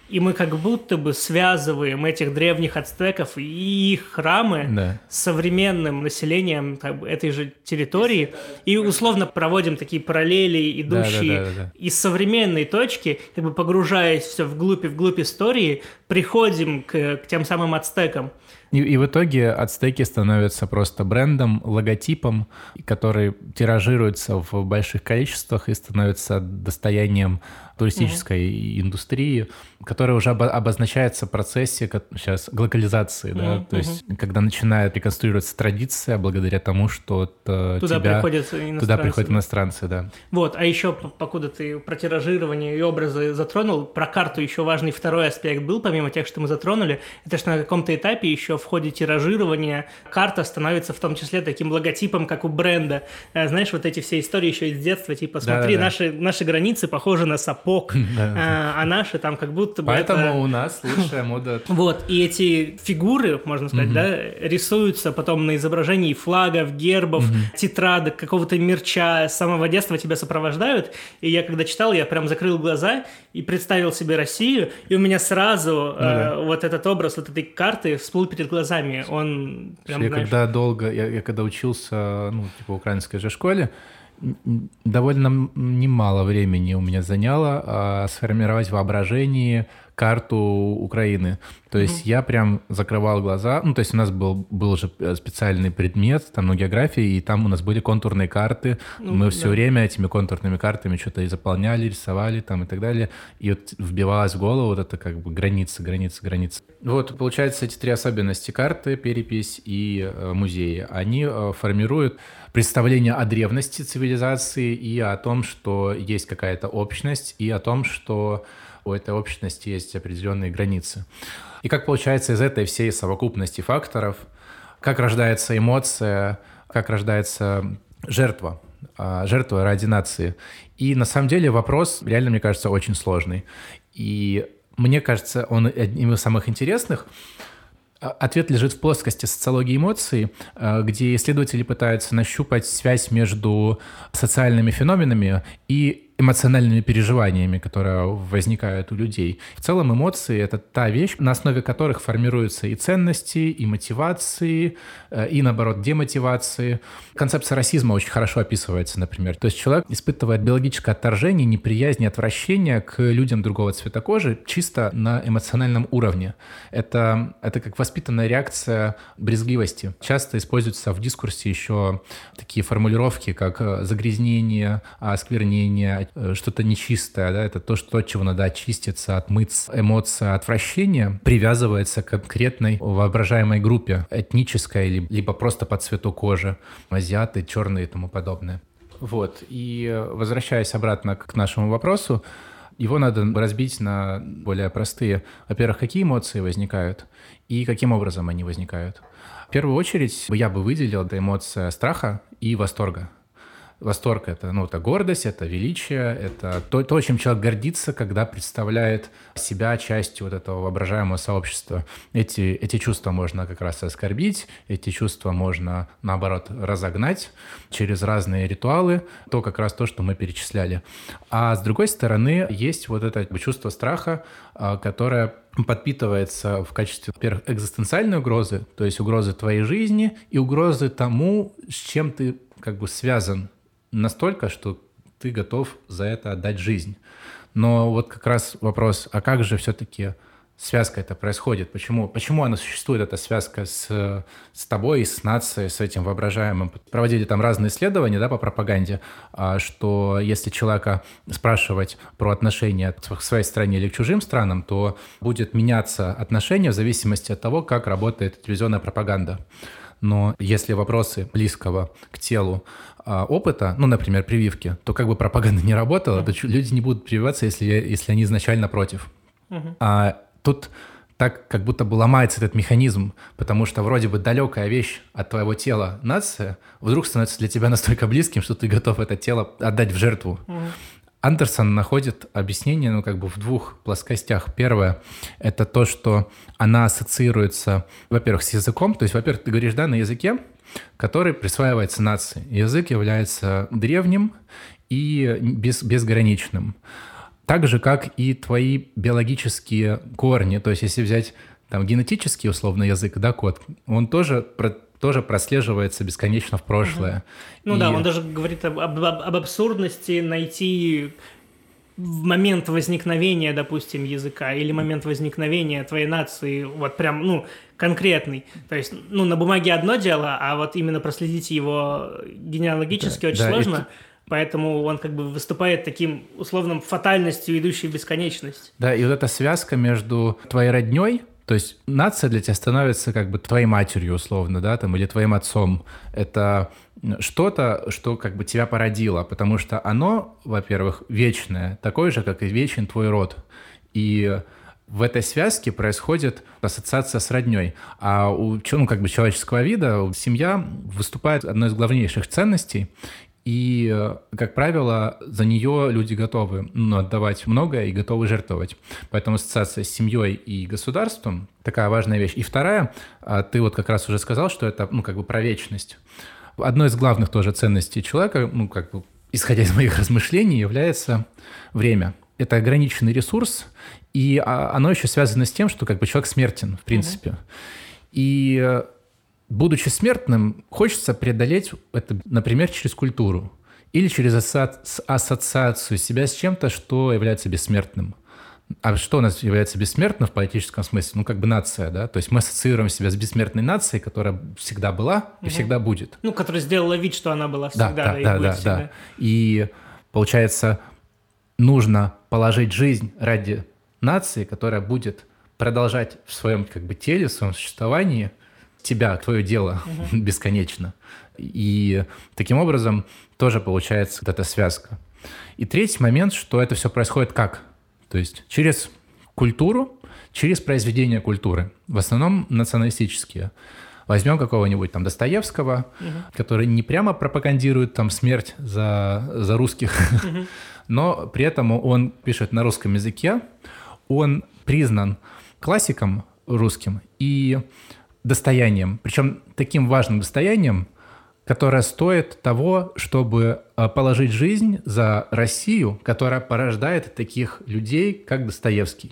И мы как будто бы связываем этих древних ацтеков и их храмы с современным населением этой же территории. И условно проводим такие параллели, идущие из современной точки, как бы погружаясь все вглубь истории, приходим к тем самым ацтекам. И в итоге ацтеки становятся просто брендом, логотипом, который тиражируется в больших количествах и становится достоянием туристической индустрии, которая уже обозначается в процессе сейчас глокализации, да, то есть когда начинает реконструироваться традиция благодаря тому, что туда приходят иностранцы, да. Вот, а еще, покуда ты про тиражирование и образы затронул, про карту еще важный второй аспект был, помимо тех, что мы затронули, это что на каком-то этапе еще в ходе тиражирования карта становится в том числе таким логотипом, как у бренда. Знаешь, вот эти все истории еще из детства, типа, смотри, наши границы похожи на сапог, а наши там как будто бы Поэтому у нас лучшая мода. Вот, и эти фигуры, можно сказать, да, рисуются потом на изображении флагов, гербов, тетрадок, какого-то мерча, с самого детства тебя сопровождают, и я когда читал, я прям закрыл глаза и представил себе Россию, и у меня сразу вот этот образ вот этой карты всплыл перед глазами, он прям, я когда учился, в украинской же школе, довольно немало времени у меня заняло сформировать воображение карту Украины. То есть я прям закрывал глаза. То есть у нас был уже специальный предмет, там, географии, и там у нас были контурные карты. Мы все время этими контурными картами что-то и заполняли, рисовали там и так далее. И вот вбивалась в голову вот это как бы граница. Вот, получается, эти три особенности: карты, перепись и музеи. Они формируют представление о древности цивилизации и о том, что есть какая-то общность, и о том, что у этой общности есть определенные границы. И как получается из этой всей совокупности факторов, как рождается эмоция, как рождается жертва ради нации. И на самом деле вопрос реально, мне кажется, очень сложный. И мне кажется, он одним из самых интересных. Ответ лежит в плоскости социологии эмоций, где исследователи пытаются нащупать связь между социальными феноменами и эмоциональными переживаниями, которые возникают у людей. В целом эмоции — это та вещь, на основе которых формируются и ценности, и мотивации, и, наоборот, демотивации. Концепция расизма очень хорошо описывается, например. То есть человек испытывает биологическое отторжение, неприязнь, отвращение к людям другого цвета кожи чисто на эмоциональном уровне. Это как воспитанная реакция брезгливости. Часто используются в дискурсе еще такие формулировки, как загрязнение, осквернение, что-то нечистое, да, это то, от чего надо очиститься, отмыться. Эмоция отвращения привязывается к конкретной воображаемой группе, этнической, либо просто по цвету кожи, азиаты, черные и тому подобное. Вот, и возвращаясь обратно к нашему вопросу, его надо разбить на более простые. Во-первых, какие эмоции возникают и каким образом они возникают. В первую очередь я бы выделил эмоция страха и восторга. Восторг — это, это гордость, это величие, это то, чем человек гордится, когда представляет себя частью вот этого воображаемого сообщества. Эти чувства можно как раз оскорбить, эти чувства можно, наоборот, разогнать через разные ритуалы, как раз то, что мы перечисляли. А с другой стороны, есть вот это чувство страха, которое подпитывается в качестве, во-первых, экзистенциальной угрозы, то есть угрозы твоей жизни и угрозы тому, с чем ты как бы связан, настолько, что ты готов за это отдать жизнь. Но вот как раз вопрос, а как же все-таки связка это происходит? Почему она существует, эта связка с тобой, с нацией, с этим воображаемым? Проводили там разные исследования, да, по пропаганде, что если человека спрашивать про отношения к своей стране или к чужим странам, то будет меняться отношение в зависимости от того, как работает телевизионная пропаганда. Но если вопросы близкого к телу опыта, например, прививки, то как бы пропаганда не работала, то люди не будут прививаться, если они изначально против. А тут так как будто бы ломается этот механизм, потому что вроде бы далекая вещь от твоего тела, нация, вдруг становится для тебя настолько близким, что ты готов это тело отдать в жертву. Андерсон находит объяснение, в двух плоскостях. Первое — это то, что она ассоциируется, во-первых, с языком. То есть, во-первых, ты говоришь, на языке, который присваивается нации. Язык является древним и безграничным. так же, как и твои биологические корни. То есть если взять там генетический условно язык, да, код, он тоже прослеживается бесконечно в прошлое. Ну да, он даже говорит об абсурдности найти в момент возникновения, допустим, языка или момент возникновения твоей нации, вот прям, ну, конкретный. То есть, ну, на бумаге одно дело, а вот именно проследить его генеалогически очень сложно. Поэтому он как бы выступает таким условным фатальностью, идущей в бесконечность. Да, и вот эта связка между твоей родней, то есть нация для тебя становится как бы твоей матерью условно, да, там, или твоим отцом. Это что-то, что как бы тебя породило, потому что оно, во-первых, вечное, такое же, как и вечен твой род. И в этой связке происходит ассоциация с родней. А у как бы человеческого вида семья выступает одной из главнейших ценностей. И, как правило, за нее люди готовы отдавать многое и готовы жертвовать. Поэтому ассоциация с семьей и государством – такая важная вещь. И вторая, ты вот как раз уже сказал, что это, ну, как бы про вечность. Одной из главных тоже ценностей человека, ну, как бы, исходя из моих размышлений, является время. Это ограниченный ресурс, и оно еще связано с тем, что как бы человек смертен, в принципе. И будучи смертным, хочется преодолеть это, например, через культуру или через ассоциацию себя с чем-то, что является бессмертным. А что у нас является бессмертным в политическом смысле? Ну, как бы нация, да? То есть мы ассоциируем себя с бессмертной нацией, которая всегда была и всегда будет. Ну, которая сделала вид, что она была всегда, да. И, получается, нужно положить жизнь ради нации, которая будет продолжать в своем как бы теле, в своем существовании тебя, твое дело бесконечно. И таким образом тоже получается вот эта связка. И третий момент, что это все происходит как? То есть через культуру, через произведения культуры, в основном националистические. Возьмем какого-нибудь там Достоевского, который не прямо пропагандирует там смерть за русских, но при этом он пишет на русском языке, он признан классиком русским и достоянием, причем таким важным достоянием, которое стоит того, чтобы положить жизнь за Россию, которая порождает таких людей, как Достоевский.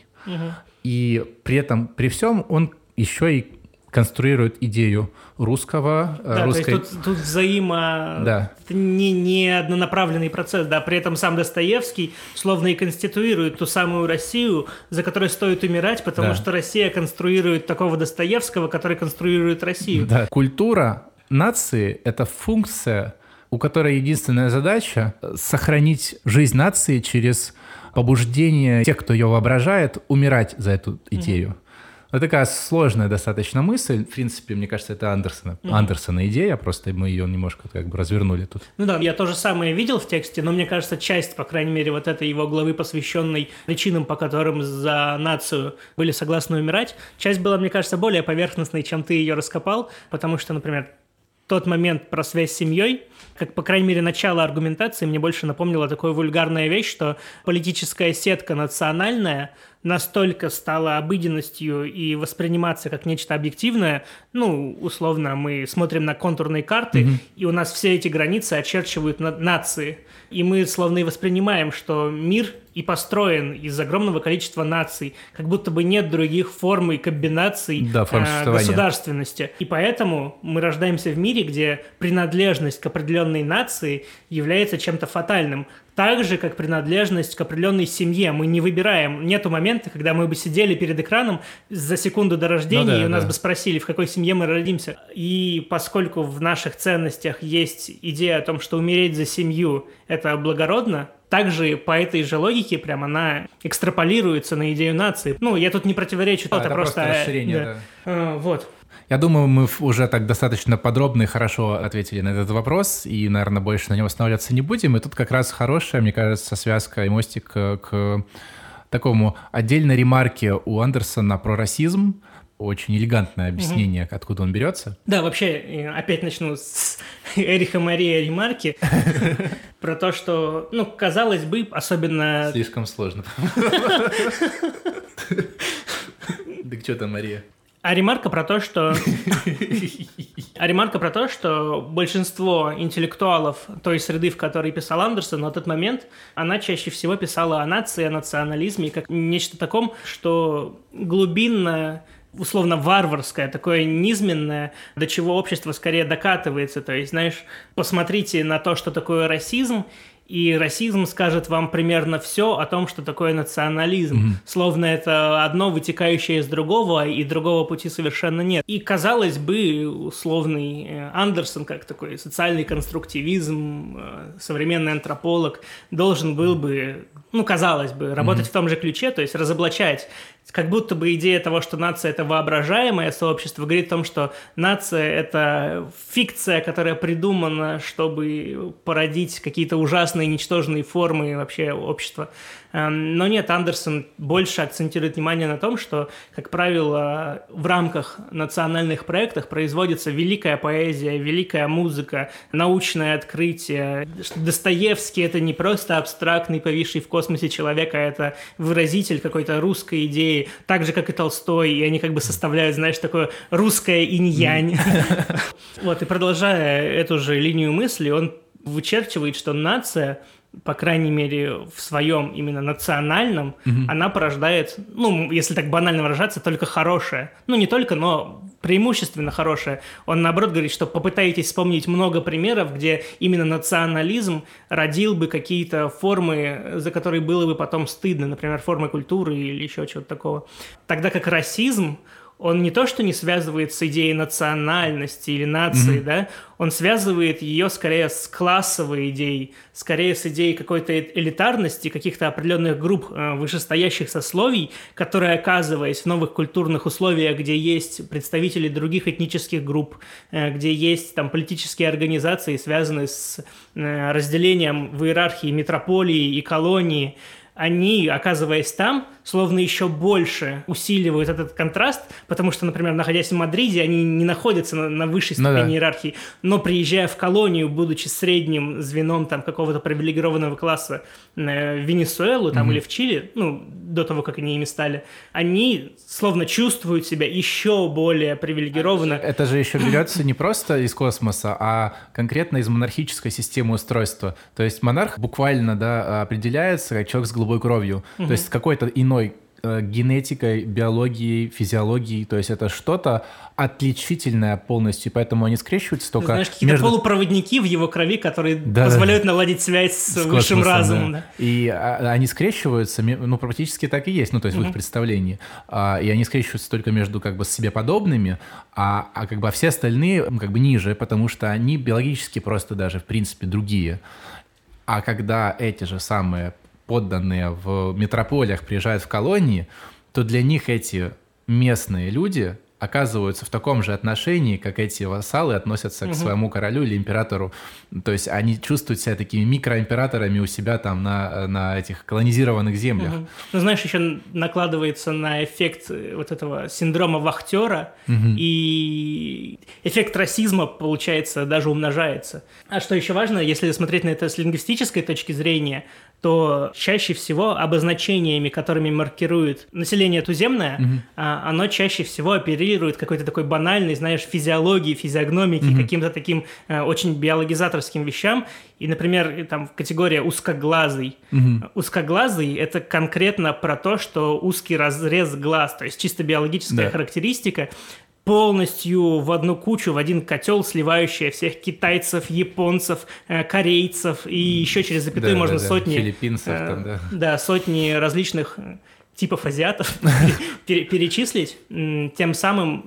И при этом, при всем, он еще и конструирует идею русского. Да, то есть тут это не однонаправленный процесс, да, при этом сам Достоевский словно и конституирует ту самую Россию, за которой стоит умирать, потому что Россия конструирует такого Достоевского, который конструирует Россию. Да. Культура нации – это функция, у которой единственная задача – сохранить жизнь нации через побуждение тех, кто ее воображает, умирать за эту идею. Это такая сложная достаточно мысль. В принципе, мне кажется, это Андерсона идея, просто мы ее немножко как бы развернули тут. Ну да, я то же самое видел в тексте, но мне кажется, часть, по крайней мере, вот этой его главы, посвященной причинам, по которым за нацию были согласны умирать, часть была, мне кажется, более поверхностной, чем ты ее раскопал, потому что, например, тот момент про связь с семьей, как, по крайней мере, начало аргументации мне больше напомнило такую вульгарную вещь, что политическая сетка национальная настолько стала обыденностью и восприниматься как нечто объективное, ну, условно, мы смотрим на контурные карты, и у нас все эти границы очерчивают нации, и мы словно и воспринимаем, что мир и построен из огромного количества наций, как будто бы нет других форм и комбинаций государственности. И поэтому мы рождаемся в мире, где принадлежность к определенной нации является чем-то фатальным. Так же, как принадлежность к определенной семье. Мы не выбираем. Нету момента, когда мы бы сидели перед экраном за секунду до рождения, и у нас бы спросили, в какой семье мы родимся. И поскольку в наших ценностях есть идея о том, что умереть за семью – это благородно, также по этой же логике прям она экстраполируется на идею нации. Ну, я тут не противоречу, это просто расширение, вот. Я думаю, мы уже так достаточно подробно и хорошо ответили на этот вопрос, и, наверное, больше на него останавливаться не будем. И тут как раз хорошая, мне кажется, связка и мостик к такому отдельной ремарке у Андерсона про расизм. Очень элегантное объяснение, откуда он берется. Да, вообще, опять начну с Эриха Мария ремарки про то, что, ну, казалось бы, особенно... Слишком сложно. Да что там, Мария? А ремарка про то, что большинство интеллектуалов той среды, в которой писал Андерсон, на тот момент, она чаще всего писала о нации, о национализме, как нечто таком, что глубинно, условно варварское, такое низменное, до чего общество скорее докатывается. То есть, знаешь, посмотрите на то, что такое расизм, и расизм скажет вам примерно все о том, что такое национализм. Словно это одно вытекающее из другого, и другого пути совершенно нет. И, казалось бы, условный Андерсон, как такой социальный конструктивизм, современный антрополог, должен был бы, казалось бы, работать в том же ключе, то есть разоблачать. Как будто бы идея того, что нация – это воображаемое сообщество, говорит о том, что нация – это фикция, которая придумана, чтобы породить какие-то ужасные, ничтожные формы вообще общества. Но нет, Андерсон больше акцентирует внимание на том, что, как правило, в рамках национальных проектов производится великая поэзия, великая музыка, научное открытие. Достоевский – это не просто абстрактный, повисший в космосе человек, а это выразитель какой-то русской идеи, так же, как и Толстой, и они как бы составляют, знаешь, такое русское инь-янь. Вот, и продолжая эту же линию мысли, он вычерчивает, что нация, по крайней мере, в своем именно национальном, она порождает, если так банально выражаться, только хорошее. Не только, но преимущественно хорошее. Он, наоборот, говорит, что попытаетесь вспомнить много примеров, где именно национализм родил бы какие-то формы, за которые было бы потом стыдно, например, формы культуры или еще чего-то такого. Тогда как расизм, он не то, что не связывает с идеей национальности или нации, да, он связывает ее скорее с классовой идеей, скорее с идеей какой-то элитарности, каких-то определенных групп вышестоящих сословий, которые, оказываясь в новых культурных условиях, где есть представители других этнических групп, где есть там политические организации, связанные с разделением в иерархии метрополии и колонии, они, оказываясь там, словно еще больше усиливают этот контраст, потому что, например, находясь в Мадриде, они не находятся на высшей ступени иерархии, но приезжая в колонию, будучи средним звеном там какого-то привилегированного класса в Венесуэлу там, или в Чили, до того, как они ими стали, они словно чувствуют себя еще более привилегированно. Это же еще берется не просто из космоса, а конкретно из монархической системы устройства. То есть монарх буквально определяется как человек с голубой кровью, то есть какой-то иной генетикой, биологией, физиологией, то есть это что-то отличительное полностью, поэтому они скрещиваются только... Знаешь, какие-то полупроводники в его крови, которые позволяют наладить связь с высшим разумом. Да. И они скрещиваются, практически так и есть, то есть в их представлении. И они скрещиваются только между как бы себе подобными, а как бы все остальные как бы ниже, потому что они биологически просто даже в принципе другие. А когда эти же самые подданные в метрополиях приезжают в колонии, то для них эти местные люди оказываются в таком же отношении, как эти вассалы относятся к своему королю или императору. То есть они чувствуют себя такими микроимператорами у себя там на этих колонизированных землях. Знаешь, еще накладывается на эффект вот этого синдрома вахтера, и эффект расизма, получается, даже умножается. А что еще важно, если смотреть на это с лингвистической точки зрения, то чаще всего обозначениями, которыми маркирует население туземное, оно чаще всего оперирует какой-то такой банальной, знаешь, физиологией, физиогномикой, каким-то таким очень биологизаторским вещам. И, например, там категория узкоглазый. Узкоглазый – это конкретно про то, что узкий разрез глаз, то есть чисто биологическая характеристика, полностью в одну кучу, в один котел, сливающая всех китайцев, японцев, корейцев и еще через запятую можно сотни... Филиппинцев там, сотни различных типов азиатов перечислить, тем самым,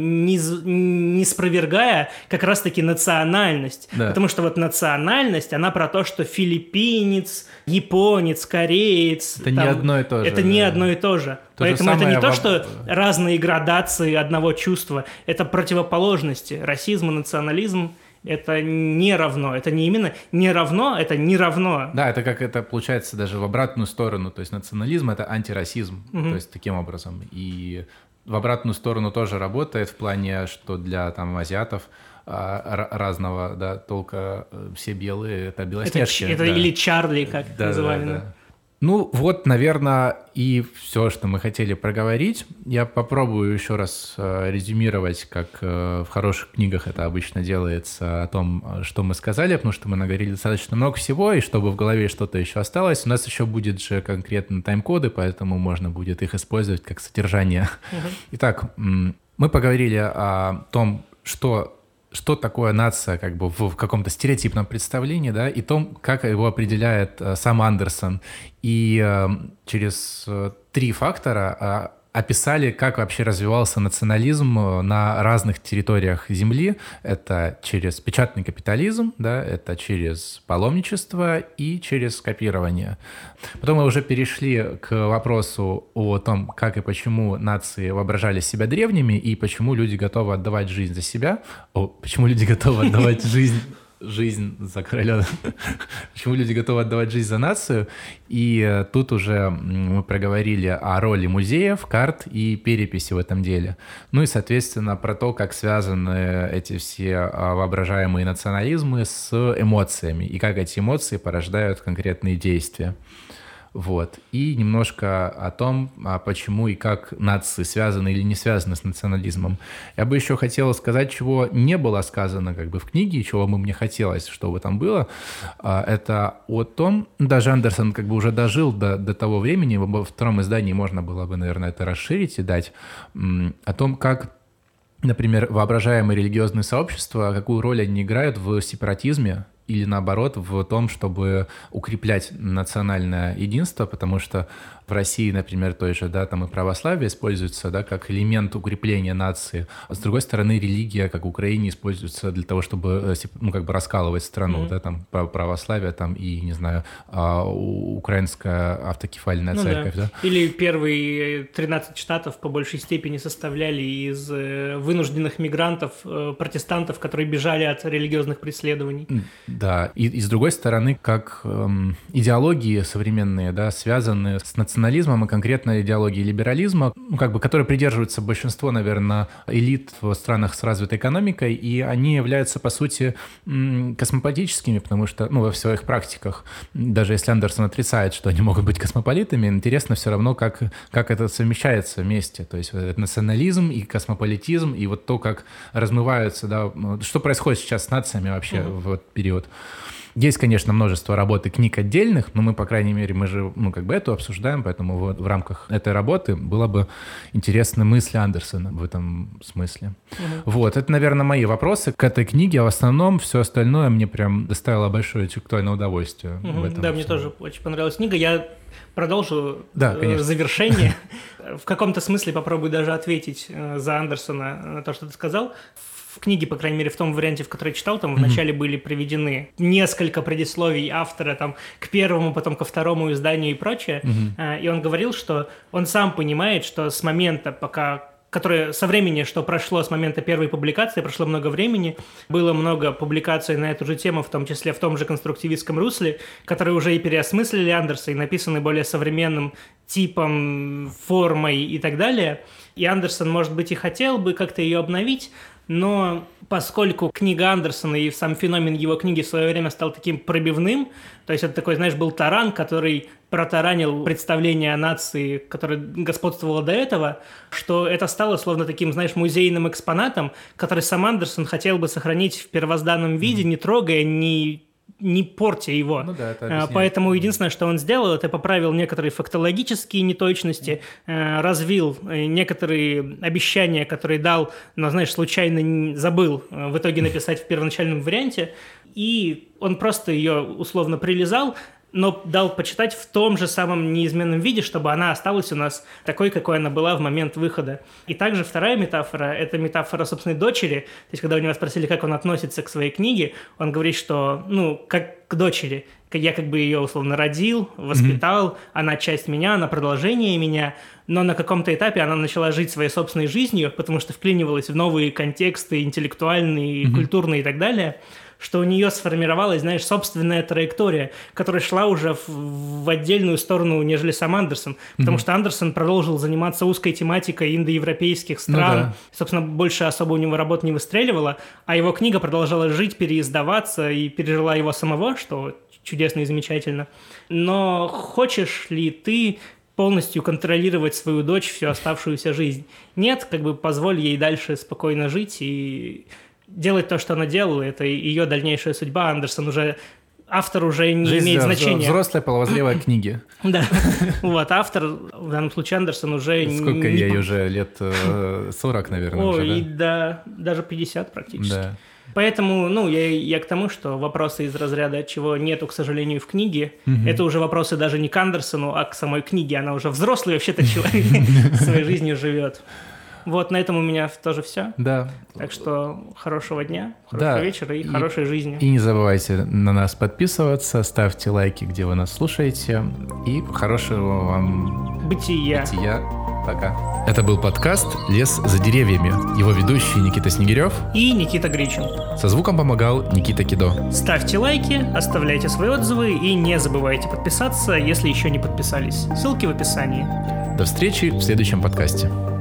не спровергая как раз-таки национальность. Да. Потому что вот национальность, она про то, что филиппинец, японец, кореец... Это не одно и то же. Это не одно и то же. Поэтому это не то, что разные градации одного чувства, это противоположности. Расизм и национализм – это не равно. Это не именно не равно, это не равно. Да, это как это получается даже в обратную сторону. То есть национализм – это антирасизм. То есть таким образом. И в обратную сторону тоже работает в плане, что для там азиатов разного толка все белые – это белоснежки. Это или Чарли, как называли. Да. Ну вот, наверное, и все, что мы хотели проговорить. Я попробую еще раз резюмировать, как в хороших книгах это обычно делается, о том, что мы сказали, потому что мы наговорили достаточно много всего, и чтобы в голове что-то еще осталось. У нас еще будет же конкретно тайм-коды, поэтому можно будет их использовать как содержание. Итак, мы поговорили о том, что такое нация как бы в каком-то стереотипном представлении, да, и том, как его определяет сам Андерсон. И через 3 фактора описали, как вообще развивался национализм на разных территориях Земли. Это через печатный капитализм, да, это через паломничество и через копирование. Потом мы уже перешли к вопросу о том, как и почему нации воображали себя древними и почему люди готовы отдавать жизнь за себя. Почему люди готовы отдавать жизнь за короля. Почему люди готовы отдавать жизнь за нацию? И тут уже мы проговорили о роли музеев, карт и переписи в этом деле. Ну и, соответственно, про то, как связаны эти все воображаемые национализмы с эмоциями и как эти эмоции порождают конкретные действия. Вот. И немножко о том, почему и как нации связаны или не связаны с национализмом. Я бы еще хотел сказать, чего не было сказано как бы в книге, чего бы мне хотелось, чтобы там было. Это о том, даже Андерсон как бы уже дожил до того времени, во втором издании можно было бы, наверное, это расширить и дать, о том, как, например, воображаемые религиозные сообщества, какую роль они играют в сепаратизме, или наоборот в том, чтобы укреплять национальное единство, потому что в России, например, той же, да, там и православие используется, да, как элемент укрепления нации, а с другой стороны религия, как в Украине, используется для того, чтобы, ну, как бы раскалывать страну, да, там православие, там и, не знаю, украинская автокефальная церковь, да. Или первые 13 штатов по большей степени составляли из вынужденных мигрантов, протестантов, которые бежали от религиозных преследований. Да, и с другой стороны, как идеологии современные, да, связаны с национализмом, и конкретно идеологией либерализма, ну, как бы, которые придерживаются большинство, наверное, элит в странах с развитой экономикой, и они являются, по сути, космополитическими, потому что, ну, во своих практиках, даже если Андерсон отрицает, что они могут быть космополитами, интересно все равно, как это совмещается вместе, то есть национализм и космополитизм, и вот то, как размываются, да, что происходит сейчас с нациями вообще в этот период. Есть, конечно, множество работ и книг отдельных, но мы, по крайней мере, мы же, ну, как бы эту обсуждаем, поэтому вот в рамках этой работы было бы интересны мысли Андерсона в этом смысле. Вот, это, наверное, мои вопросы к этой книге, а в основном все остальное мне прям доставило большое интеллектуальное удовольствие. Да, мне тоже очень понравилась книга. Я продолжу завершение. В каком-то смысле попробую даже ответить за Андерсона на то, что ты сказал. В книге, по крайней мере, в том варианте, в который я читал, там вначале были приведены несколько предисловий автора там, к первому, потом ко второму изданию и прочее. И он говорил, что он сам понимает, что с момента, со времени, что прошло с момента первой публикации, прошло много времени, было много публикаций на эту же тему, в том числе в том же конструктивистском русле, которые уже и переосмыслили Андерса, и написаны более современным типом, формой и так далее. И Андерсон, может быть, и хотел бы как-то ее обновить, но поскольку книга Андерсона и сам феномен его книги в свое время стал таким пробивным, то есть это такой, знаешь, был таран, который протаранил представление о нации, которое господствовало до этого, что это стало словно таким, знаешь, музейным экспонатом, который сам Андерсон хотел бы сохранить в первозданном виде, не трогая, не портя его. Ну да, поэтому единственное, что он сделал, это поправил некоторые фактологические неточности, развил некоторые обещания, которые дал, но, знаешь, случайно забыл в итоге написать в первоначальном варианте, и он просто ее условно прилизал, но дал почитать в том же самом неизменном виде, чтобы она осталась у нас такой, какой она была в момент выхода. И также вторая метафора – это метафора собственной дочери. То есть, когда у него спросили, как он относится к своей книге, он говорит, что, ну, как к дочери. Я как бы ее условно родил, воспитал, она часть меня, она продолжение меня, но на каком-то этапе она начала жить своей собственной жизнью, потому что вклинивалась в новые контексты интеллектуальные, культурные и так далее, что у нее сформировалась, знаешь, собственная траектория, которая шла уже в отдельную сторону, нежели сам Андерсон. Потому что Андерсон продолжил заниматься узкой тематикой индоевропейских стран. Собственно, больше особо у него работ не выстреливало, а его книга продолжала жить, переиздаваться и пережила его самого, что чудесно и замечательно. Но хочешь ли ты полностью контролировать свою дочь всю оставшуюся жизнь? Нет, позволь ей дальше спокойно жить и делать то, что она делала. Это ее дальнейшая судьба. Автор уже не имеет значения. Взрослая половозрелая книги. Да. Автор, в данном случае Андерсон, уже... Сколько ей уже? Лет 40, наверное, уже, да? Даже 50 практически. Да. Поэтому, я к тому, что вопросы из разряда, чего нету, к сожалению, в книге, это уже вопросы даже не к Андерсону, а к самой книге. Она уже взрослый вообще-то человек, своей жизнью живет. На этом у меня тоже все. Да. Так что хорошего дня, хорошего вечера и хорошей жизни. И не забывайте на нас подписываться, ставьте лайки, где вы нас слушаете. И хорошего вам бытия. Пока. Это был подкаст «Лес за деревьями». Его ведущие Никита Снегирев и Никита Гричин. Со звуком помогал Никита Кидо. Ставьте лайки, оставляйте свои отзывы и не забывайте подписаться, если еще не подписались. Ссылки в описании. До встречи в следующем подкасте.